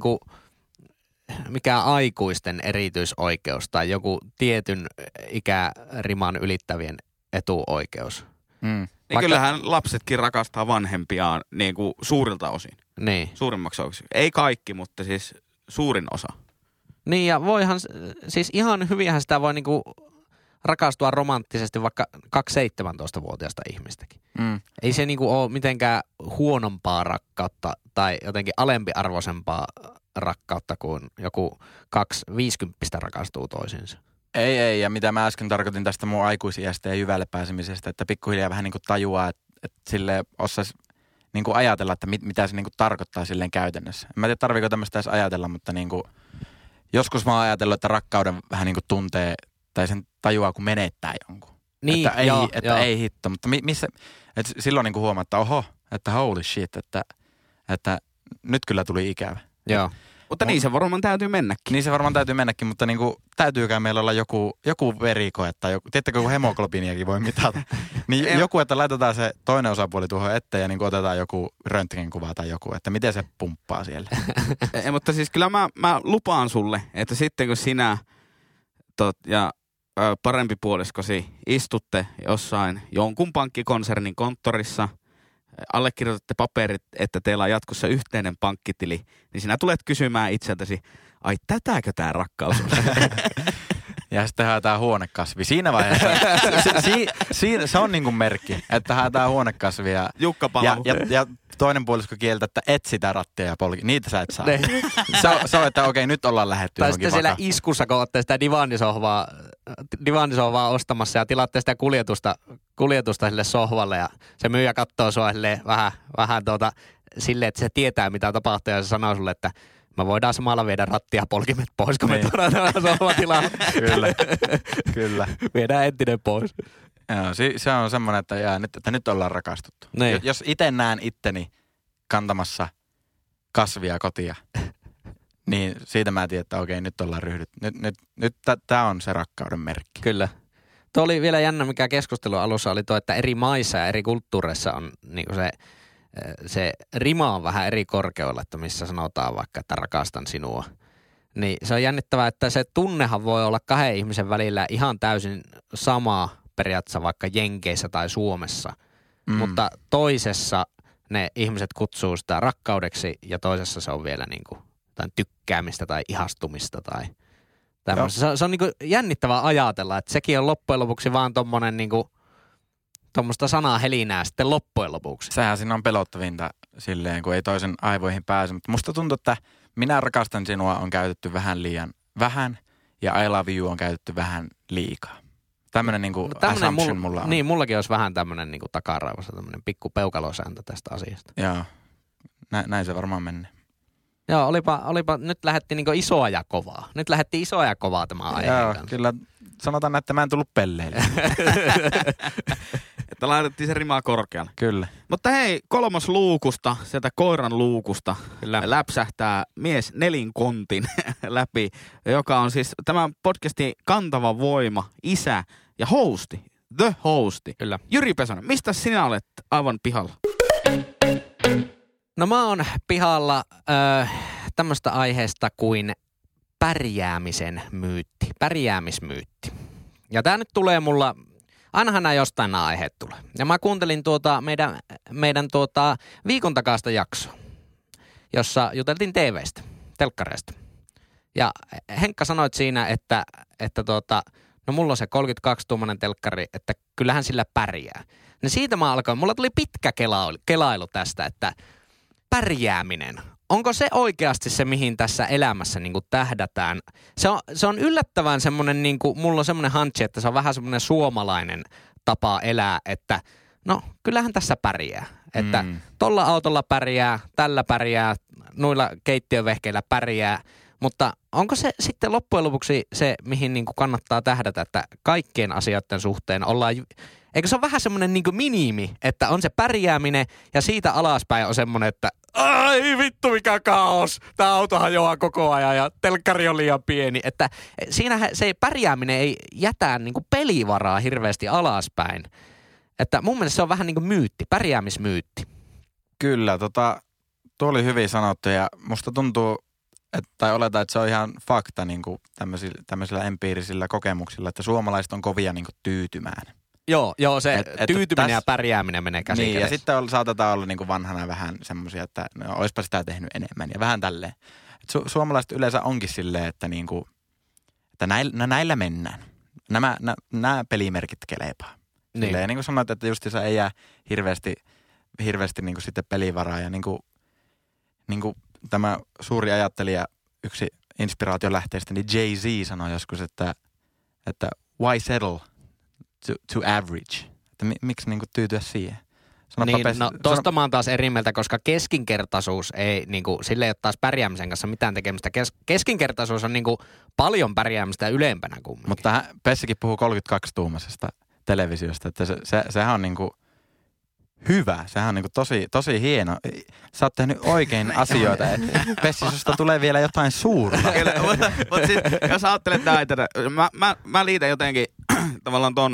mikään aikuisten erityisoikeus tai joku tietyn ikäriman ylittävien etuoikeus. Niin kyllähän lapsetkin rakastaa vanhempiaan niin kuin suurilta osin. Niin. Suurimmaksi osin. Ei kaikki, mutta siis suurin osa. Niin ja voihan, siis ihan hyvinhän sitä voi niinku rakastua romanttisesti vaikka 2-17-vuotiaasta ihmistäkin. Ei se niinku ole mitenkään huonompaa rakkautta tai jotenkin alempiarvoisempaa rakkautta kuin joku 2-50 rakastuu toisiinsa. Ei, ja mitä mä äsken tarkoitin tästä mun aikuisiästä ja jyvälle pääsemisestä, että pikkuhiljaa vähän niinku tajuaa, että sille osaisi niinku ajatella, että mitä se niinku tarkoittaa silleen käytännössä. En mä tiedä, tarviiko tämmöistä edes ajatella, mutta niinku joskus mä oon ajatellut, että rakkauden vähän niinku tuntee tai sen tajuaa, kun menettää jonkun. Niin, että ei hitto, mutta missä, että silloin niinku huomaa, että oho, että holy shit, että nyt kyllä tuli ikävä. Joo. Mutta niin se varmaan täytyy mennäkin. Niin se varmaan täytyy mennäkin, mutta niinku, täytyykään meillä olla joku verikoe tai joku, tiedättekö, kun hemoglobiiniakin voi mitata. Niin joku, että laitetaan se toinen osapuoli tuohon eteen ja niinku otetaan joku röntgenkuva tai joku, että miten se pumppaa siellä. Mutta siis kyllä mä lupaan sulle, että sitten kun sinä ja parempi puoliskosi istutte jossain jonkun pankkikonsernin konttorissa, allekirjoitatte paperit, että teillä on jatkossa yhteinen pankkitili, niin sinä tulet kysymään itseltäsi, ai tätäkö tää rakkaus on? Ja sitten haetaan huonekasvi. Siinä vaiheessa, se on niin kuin merkki, että haetaan huonekasvi ja toinen puolisko kieltä, että et sitä rattia ja polki. Niitä sä et saa. Se on, että okei, nyt ollaan lähdetty johonkin vakaan. Tai sitten siellä iskussa, kun olette sitä divaanisohvaa ostamassa ja tilaatte sitä kuljetusta sille sohvalle ja se myyjä katsoo sua vähän silleen, että se tietää mitä tapahtuu ja se sanoo sulle, että me voidaan samalla viedä rattia polkimet pois, kun me tuodaan tämän sohvatilaan. Kyllä. Viedään entinen pois. Joo, se on semmoinen, että nyt ollaan rakastuttu. Niin. Jos itse näen itteni kantamassa kasvia kotia, niin siitä mä tiedän, että okei, nyt ollaan ryhdytty. Nyt tää on se rakkauden merkki. Kyllä. Tuo oli vielä jännä, mikä keskustelun alussa oli tuo, että eri maissa ja eri kulttuureissa on niinku se rima on vähän eri korkeudella, että missä sanotaan vaikka, että rakastan sinua. Niin se on jännittävää, että se tunnehan voi olla 2 ihmisen välillä ihan täysin sama periaatteessa vaikka Jenkeissä tai Suomessa. Mutta toisessa ne ihmiset kutsuu sitä rakkaudeksi ja toisessa se on vielä niinku jotain tykkäämistä tai ihastumista tai tämmöistä. Se on niinku jännittävää ajatella, että sekin on loppujen lopuksi vaan tommonen niinku tuommoista sanaa helinää sitten loppujen lopuksi. Sehän siinä on pelottavinta silleen, kun ei toisen aivoihin pääse. Mutta musta tuntuu, että minä rakastan sinua on käytetty vähän liian vähän ja I love you on käytetty vähän liikaa. Tämmönen niinku assumption mulla on. Niin, mullakin olisi vähän tämmönen niinku takaraivossa, tämmönen pikku peukalosääntö tästä asiasta. Joo, näin se varmaan menee. Joo, olipa nyt lähdettiin niinku isoa ja kovaa. Nyt lähdettiin isoa ja kovaa tämä aiheen kanssa. Kyllä sanotaan, että mä en tullut pelleille. Että laitettiin se rimaa korkealle. Kyllä. Mutta hei, 3. luukusta, sieltä koiran luukusta, läpsähtää mies nelinkontin läpi, joka on siis tämän podcastin kantava voima, isä ja hosti, the hosti. Kyllä. Jyri Pesonen, mistä sinä olet aivan pihalla? No mä oon pihalla tämmöistä aiheesta kuin pärjäämismyytti. Ja tää nyt tulee mulla, ainahan nämä jostain nämä aiheet tulee. Ja mä kuuntelin meidän viikon takaista jaksoa, jossa juteltiin TV:stä, telkkareista. Ja Henkka sanoit siinä, että no mulla on se 32-tuumainen telkkari, että kyllähän sillä pärjää. Niin siitä mä alkoin, mulla tuli pitkä kelailu tästä, että pärjääminen. Onko se oikeasti se, mihin tässä elämässä niin kuin tähdätään? Se on yllättävän semmoinen, niin kuin, mulla on semmoinen hunchi, että se on vähän semmoinen suomalainen tapa elää, että no kyllähän tässä pärjää. Että tolla autolla pärjää, tällä pärjää, noilla keittiövehkeillä pärjää. Mutta onko se sitten loppujen lopuksi se, mihin niin kuin kannattaa tähdätä, että kaikkien asioiden suhteen ollaan... Eikö se ole vähän semmoinen niin kuin minimi, että on se pärjääminen ja siitä alaspäin on semmoinen, että ai vittu mikä kaos, tää auto hajoaa koko ajan ja telkkari on liian pieni. Että siinä se pärjääminen ei jätä niin kuin pelivaraa hirveästi alaspäin. Että mun mielestä se on vähän niin kuin myytti, pärjäämismyytti. Kyllä, tuo oli hyvin sanottu ja musta tuntuu, tai oletan, että se on ihan fakta niin kuin tämmöisillä empiirisillä kokemuksilla, että suomalaiset on kovia niin kuin tyytymään. Joo, se tyytyminen ja pärjääminen menee käsi niin, kädessä. ja sitten saatetaan olla niin kuin vanhana vähän semmoisia, että no, oispa sitä tehnyt enemmän ja vähän tälleen. Suomalaiset yleensä onkin silleen, että, niin kuin, että näillä mennään. Nämä pelimerkit kelepaa. Niin. Ja niin kuin sanoit, että justiinsa ei jää hirveästi niin kuin sitten pelivaraa. Ja niin kuin tämä suuri ajattelija, yksi inspiraatiolähteistä, niin Jay-Z sanoi joskus, että why settle to average? Että miksi niin kuin tyytyä siihen? Tosta mä oon taas eri mieltä, koska keskinkertaisuus ei, niinku, sille ei ole taas pärjäämisen kanssa mitään tekemistä. Keskinkertaisuus on niinku paljon pärjäämistä ylempänä kumminkin. Mutta Pessikin puhuu 32-tuumaisesta televisiosta, että sehän on niinku hyvä. Sehän on niinku tosi hieno. Sä oot tehnyt oikein asioita. Pessi, susta tulee vielä jotain suurta. Mutta siis, jos ajattelet näitä, mä liitän jotenkin tavallaan ton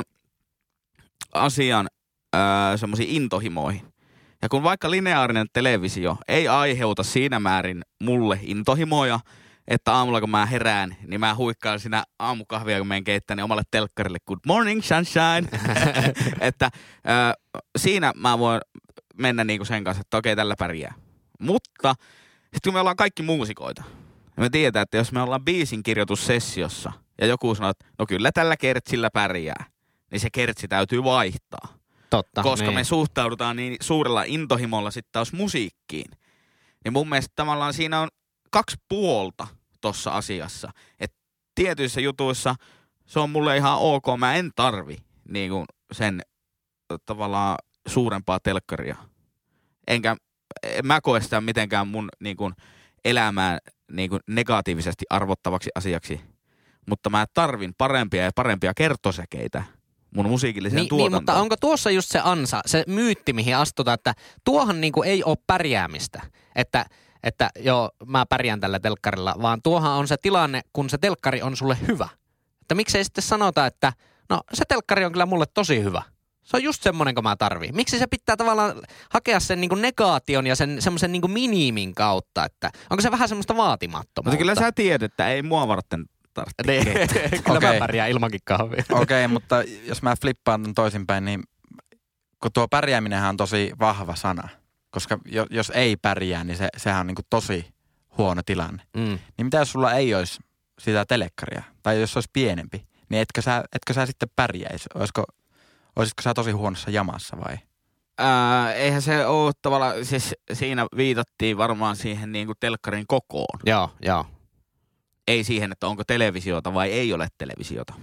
asian semmoisiin intohimoihin. Ja kun vaikka lineaarinen televisio ei aiheuta siinä määrin mulle intohimoja, että aamulla kun mä herään, niin mä huikkaan siinä aamukahvia, kun menen keittämään, niin omalle telkkarille good morning sunshine. Että siinä mä voin mennä niinku sen kanssa, että okei, tällä pärjää. Mutta sitten kun me ollaan kaikki muusikoita, ja me tiedetään, että jos me ollaan biisin kirjoitussessiossa, ja joku sanoo, että no kyllä tällä kertsillä pärjää, niin se kertsi täytyy vaihtaa. Totta, koska niin. Me suhtaudutaan niin suurella intohimolla sitten taas musiikkiin. Niin mun mielestä tavallaan siinä on 2 puolta tossa asiassa. Että tietyissä jutuissa se on mulle ihan ok. Mä en tarvi niin kuin sen tavallaan suurempaa telkkaria. En mä koe sitä mitenkään mun niin kuin elämää niin kuin negatiivisesti arvottavaksi asiaksi. Mutta mä tarvin parempia ja parempia kertosäkeitä mun musiikilliseen tuotantoon. Niin, mutta onko tuossa just se ansa, se myytti, mihin astutaan, että tuohan niinku ei ole pärjäämistä, että joo, mä pärjään tällä telkkarilla, vaan tuohan on se tilanne, kun se telkkari on sulle hyvä. Että miksei sitten sanota, että no se telkkari on kyllä mulle tosi hyvä. Se on just semmoinen, kun mä tarviin. Miksi se pitää tavallaan hakea sen niinku negaation ja sen semmoisen niinku minimin kautta, että onko se vähän semmoista vaatimattomuutta? Mutta kyllä sä tiedät, että ei mua varten Kyllä mä pärjään ilmankin kahvia. Okei, mutta jos mä flippaan ton toisinpäin, niin kun tuo pärjääminenhän on tosi vahva sana. Koska jos ei pärjää, niin sehän on niinku tosi huono tilanne. Niin mitä jos sulla ei olisi sitä telekkaria, tai jos se olisi pienempi, niin etkö sä sitten pärjäisi? Olisitko sä tosi huonossa jamassa vai? Eihän se ole tavallaan, siis siinä viitattiin varmaan siihen niinku telkkarin kokoon. Joo. Ei siihen, että onko televisiota vai ei ole televisiota.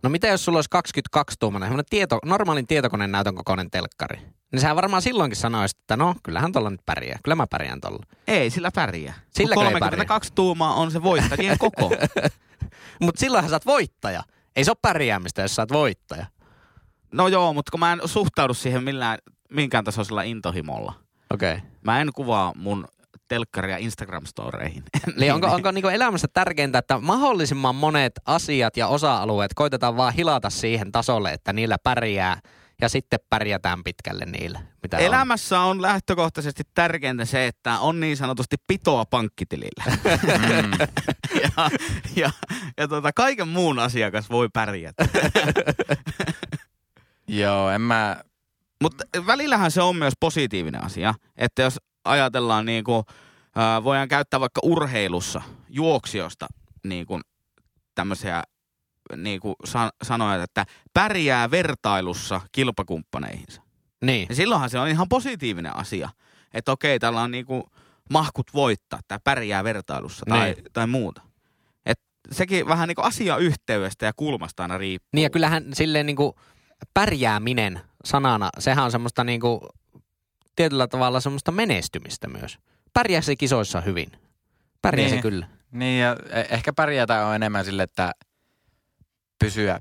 No mitä jos sulla olisi 22-tuumainen, semmoinen normaalin tietokoneen näytön kokoinen telkkari? Niin sä varmaan silloinkin sanoisit, että no, kyllähän tuolla nyt pärjää. Kyllä mä pärjään tuolla. Ei, sillä pärjää. Silläkö ei 32 tuumaa on se voittajien koko. Mutta silloinhan sä oot voittaja. Ei se ole pärjäämistä, jos sä oot voittaja. No joo, mutta kun mä en suhtaudu siihen minkään tasoisella intohimolla. Okei. Mä en kuvaa mun telkkaria Instagram-storeihin. Eli onko niinku elämässä tärkeintä, että mahdollisimman monet asiat ja osa-alueet koitetaan vaan hilata siihen tasolle, että niillä pärjää ja sitten pärjätään pitkälle niillä. Mitä elämässä on lähtökohtaisesti tärkeintä se, että on niin sanotusti pitoa pankkitilillä. ja kaiken muun asiakas voi pärjätä. Joo, Mutta välillähän se on myös positiivinen asia, että jos ajatellaan voidaan käyttää vaikka urheilussa juoksijoista tämmöisiä sanoja, että pärjää vertailussa kilpakumppaneihinsa. Niin. Ja silloinhan se on ihan positiivinen asia, että okei, tällä on mahkut voittaa, tai pärjää vertailussa tai muuta. Et sekin vähän asiayhteydestä ja kulmasta aina riippuu. Niin ja kyllähän silleen pärjääminen sanana, sehän on semmoista tietyllä tavalla semmoista menestymistä myös. Pärjää se kisoissa hyvin. Pärjää se kyllä. Niin ja ehkä pärjätä on enemmän sille, että pysyä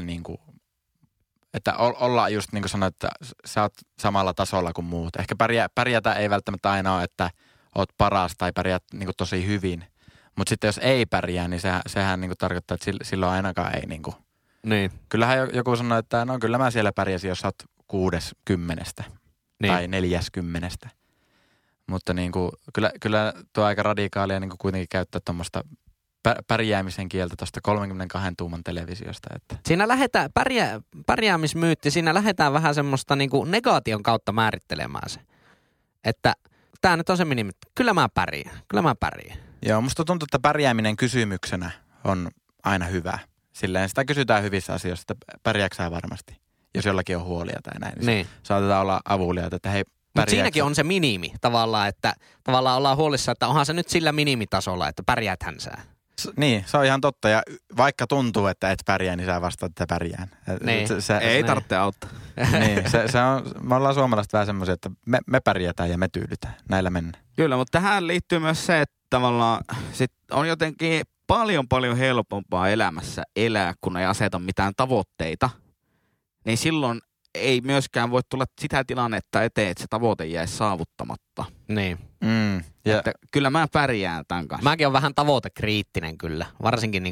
että olla just niin kuin sanoit, että sä oot samalla tasolla kuin muut. Ehkä pärjätä ei välttämättä aina ole, että oot paras tai pärjäät tosi hyvin. Mutta sitten jos ei pärjää, niin sehän tarkoittaa, että silloin ainakaan ei Niin. Kyllähän joku sanoo, että no kyllä mä siellä pärjäsin, jos sä oot 6/10 tai 4/10. Mutta kyllä tuo aika radikaalia kuitenkin käyttää tuommoista pärjäämisen kieltä tuosta 32 tuuman televisiosta. Että. Siinä lähdetään, pärjäämismyytti, siinä lähdetään vähän semmoista negaation kautta määrittelemään se. Että tää nyt on se minimi, kyllä mä pärjään. Joo, musta tuntuu, että pärjääminen kysymyksenä on aina hyvä. Silleen sitä kysytään hyvissä asioissa, että pärjääksä sä varmasti, jos jollakin on huolia tai näin. Niin. Saatetaan olla avuliaita, että hei, mutta siinäkin on se minimi tavallaan, että tavallaan ollaan huolissa, että onhan se nyt sillä minimitasolla, että pärjääthän sä. Niin, se on ihan totta. Ja vaikka tuntuu, että et pärjää, niin sä vastaat, että pärjään. Niin. Ei tarvitse auttaa. Niin, se on, me ollaan suomalaiset vähän semmoisia, että me pärjätään ja me tyydytään. Näillä mennään. Kyllä, mutta tähän liittyy myös se, että tavallaan sit on jotenkin paljon helpompaa elämässä elää, kun ei aseta mitään tavoitteita. Niin silloin ei myöskään voi tulla sitä tilannetta eteen, että se tavoite jäisi saavuttamatta. Niin. Että kyllä mä pärjään tämän kanssa. Mäkin on vähän tavoitekriittinen kyllä, varsinkin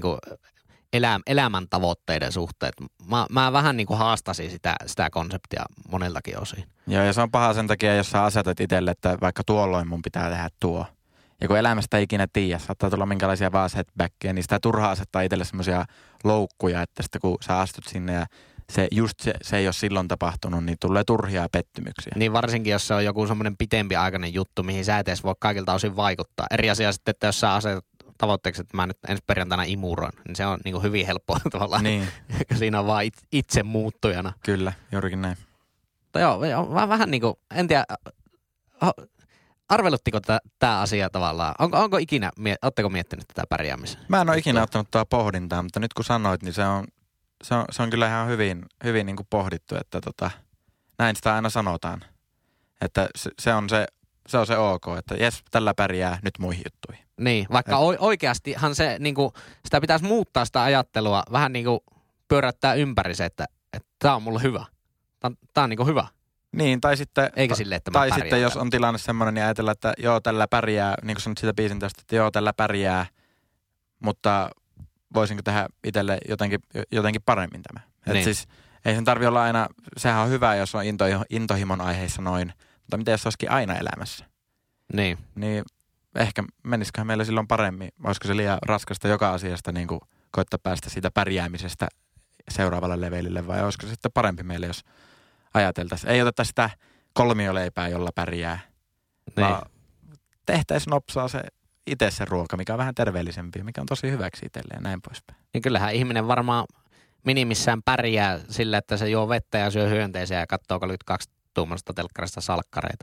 elämän tavoitteiden suhteen. Mä vähän haastasin sitä konseptia moneltakin osin. Joo, ja se on paha sen takia, jos sä asetat itselle, että vaikka tuolloin mun pitää tehdä tuo. Ja kun elämästä ei ikinä tiedä, saattaa tulla minkälaisia vaan setbackkejä, niin sitä turhaa asettaa itselle semmoisia loukkuja, että sitten kun sä astut sinne ja se ei ole silloin tapahtunut, niin tulee turhia pettymyksiä. Niin varsinkin, jos se on joku semmoinen pitempiaikainen juttu, mihin sä et edes voi kaikilta osin vaikuttaa. Eri asia sitten, että jos sä asetat tavoitteeksi, että mä nyt ensi perjantaina imuroin, niin se on hyvin helppoa tavallaan. Niin. Siinä on vaan itse muuttujana. Kyllä, juurikin näin. Mutta joo, vähän en tiedä, arveluttiko tämä asia tavallaan? Onko ikinä, ootteko miettinyt tätä pärjäämistä? Mä en ole ikinä ottanut tuota pohdintaa, mutta nyt kun sanoit, niin se on kyllä ihan hyvin pohdittu, että näin sitä aina sanotaan. Että se on se ok, että jes, tällä pärjää nyt muihin juttuihin. Niin, vaikka oikeastihan se sitä pitäisi muuttaa sitä ajattelua, vähän pyörättää ympäri se, että tää on mulle hyvä. Tää on hyvä. Niin, tai sitten, eikä sille, että tai sitten jos on tilanne semmoinen, niin ajatellaan, että joo, tällä pärjää, niin kuin sanot siitä biisin tästä, että joo, tällä pärjää, mutta voisinko tehdä itselle jotenkin paremmin tämä. Niin. Et siis ei sen tarvitse olla aina, sehän on hyvä, jos on intohimon aiheissa noin, mutta miten jos olisikin aina elämässä? Niin. Niin ehkä menisiköhän meillä silloin paremmin, olisiko se liian raskasta joka asiasta niin kuin koittaa päästä siitä pärjäämisestä seuraavalle levelille, vai olisiko se sitten parempi meille, jos ajateltaisiin. Ei oteta sitä kolmioleipää, jolla pärjää, niin. Vaan tehtäisiin nopsaa itse se ruoka, mikä on vähän terveellisempi, mikä on tosi hyväksi itselle ja näin poispäin. Niin kyllähän ihminen varmaan minimissään pärjää sillä, että se juo vettä ja syö hyönteisiä ja katsoo 32 tuumasta telkkarista salkkareita.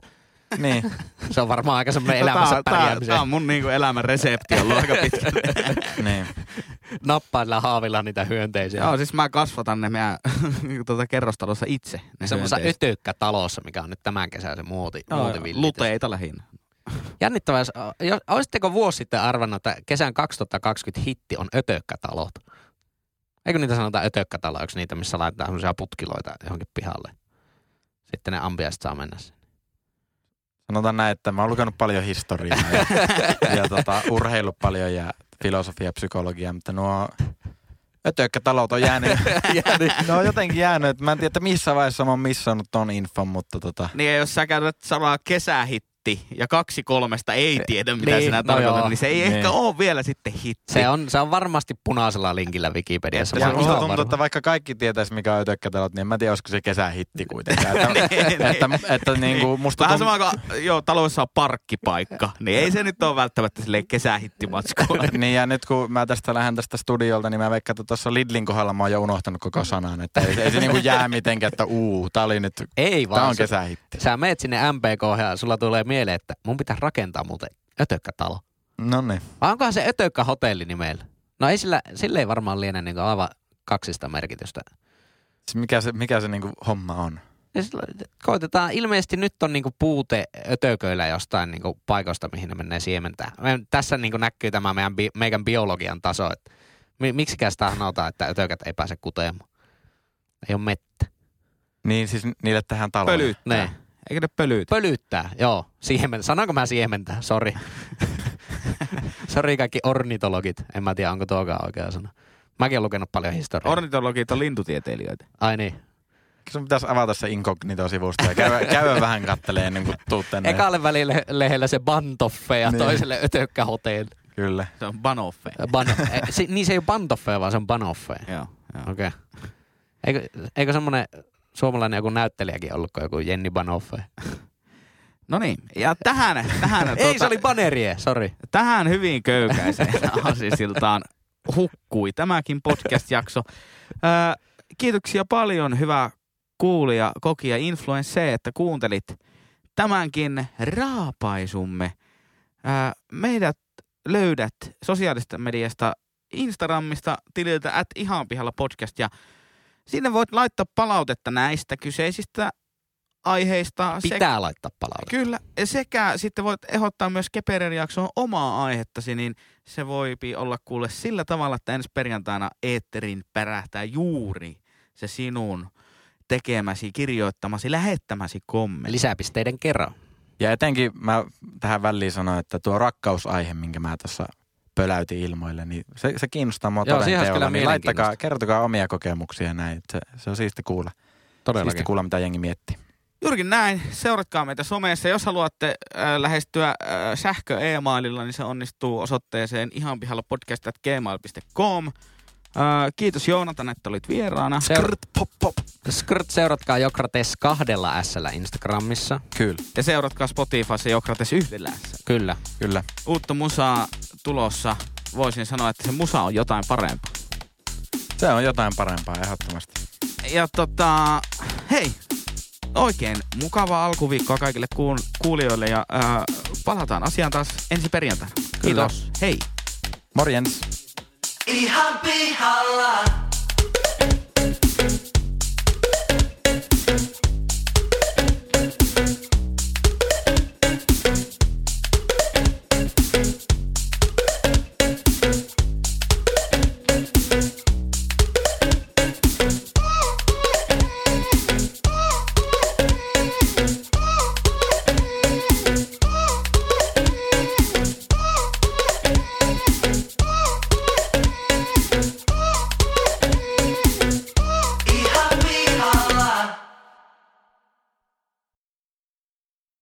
Niin. Se on varmaan aika semmoinen elämässä pärjäämisen. Tämä on mun niinku elämän resepti ollut aika pitkälle. Niin. Nappaa sillä haavilla niitä hyönteisiä. Joo, siis mä kasvatan ne meidän kerrostalossa itse. Semmoisessa ötökkätalossa, mikä on nyt tämän kesän se muotivillitys. Luteita lähinnä. Jännittävää, olisitteko vuosi sitten arvannut, että kesän 2020 hitti on ötökkätalot? Eikö niitä sanota ötökkätaloja, onko niitä, missä laitetaan semmoisia putkiloita johonkin pihalle? Sitten ne ambiaiset saa mennä sinne. Sanotaan näin, että mä oon lukenut paljon historiaa ja urheillut paljon ja filosofia, psykologiaa, mutta nuo ötökkätalot on jäänyt. Ne on jotenkin jäänyt. Mä en tiedä, että missä vaiheessa mä oon missannut ton infon, mutta Niin ja jos sä käytät sanaa kesähitti ja 2-3 ei tiedä, mitä niin, sinä tarkoitat, niin se ei ehkä ole vielä sitten hitti. Se on varmasti punaisella linkillä Wikipediassa. Ja musta tuntuu, että vaikka kaikki tietäisi, mikä on ötökkätalot, niin en mä tiedä, olisiko se kesähitti kuitenkaan. että niinku musta vähän sama kuin taloudessa on parkkipaikka, niin ei se nyt ole välttämättä silleen kesähittimatskua. Niin ja nyt kun mä lähden tästä studiolta, niin mä veikkaan, että tuossa Lidlin kohdalla mä oon jo unohtanut koko sanan. Että ei se niinku jää mitenkään, että tää oli nyt, tää on kesähitti. Sä meet sinne MPK ja sulla tulee mieleen, että mun pitää rakentaa muuten ötökkätalo. Noniin. Vai onkohan se ötökkähotelli nimellä? No ei sillä ei varmaan liene niinku aivan kaksista merkitystä. Mikä se niinku homma on? Koitetaan, ilmeisesti nyt on niinku puute ötököillä jostain niinku paikoista, mihin ne menee siementää. Tässä niinku näkyy tämä meidän biologian taso, että miksikään sitä sanotaan, että ötökät ei pääse kuteemaan. Ei ole mettä. Niin siis niille tehdään taloja. Pölyttää. Ne. Eikö ne pölytä? Pölyttää, joo. Sanonko mä siementää? Sori. Sori kaikki ornitologit. En mä tiedä, onko tuokaan oikea sana. Mäkin olen lukenut paljon historiaa. Ornitologit on lintutieteilijöitä. Ai niin. Sun pitäisi avata se Incognito-sivusta ja käydä vähän kattelee ennen kuin tuut tänne. Ekalle välille lehdellä se Bantoffe ja toiselle ötökkähotelli. Kyllä. Se on Banoffe. Niin se ei ole Bantoffe, vaan se on Banoffe. Joo. Okei. Okay. Eikö semmoinen suomalainen joku näyttelijäkin ollut kuin joku Jenni Banoffe? No niin, ja tähän ei, se oli Banerie, sori. Tähän hyvin köykäiseen aasisiltaan hukkui tämäkin podcast-jakso. Kiitoksia paljon, hyvä kuulija, kokija, influencer, että kuuntelit tämänkin raapaisumme. Meidät löydät sosiaalisesta mediasta, Instagramista, tililtä @ihanpihallapodcast ja sinne voit laittaa palautetta näistä kyseisistä aiheista. Pitää laittaa palautetta. Kyllä, sekä sitten voit ehdottaa myös Keperin jaksoon omaa aihettasi, niin se voi olla kuule sillä tavalla, että ensi perjantaina eetterin pärähtää juuri se sinun tekemäsi, kirjoittamasi, lähettämäsi kommentti. Lisäpisteiden kerran. Ja etenkin mä tähän väliin sanoin, että tuo rakkausaihe, minkä mä tuossa pöläytin ilmoille, niin se kiinnostaa mua toden teolla. Niin laittakaa, kertokaa omia kokemuksia näin. Se on siisti kuulla. Todellakin. Siisti kuulla, mitä jengi miettii. Juurikin näin. Seuratkaa meitä somessa. Jos haluatte lähestyä sähkö-e-maililla, niin se onnistuu osoitteeseen ihanpihallapodcast@gmail.com. Kiitos Joonatan, että olit vieraana. Skrt, seuratkaa Jokrates 2 S:llä Instagramissa. Kyllä. Ja seuratkaa Spotifyssa Jokrates 1 S. Kyllä. Kyllä. Uutta musaa tulossa. Voisin sanoa, että se musa on jotain parempaa. Se on jotain parempaa, ehdottomasti. Ja hei, oikein mukavaa alkuviikkoa kaikille kuulijoille ja palataan asiaan taas ensi perjantaina. Kyllä. Kiitos. Hei. Morjens. Ihan pihalla.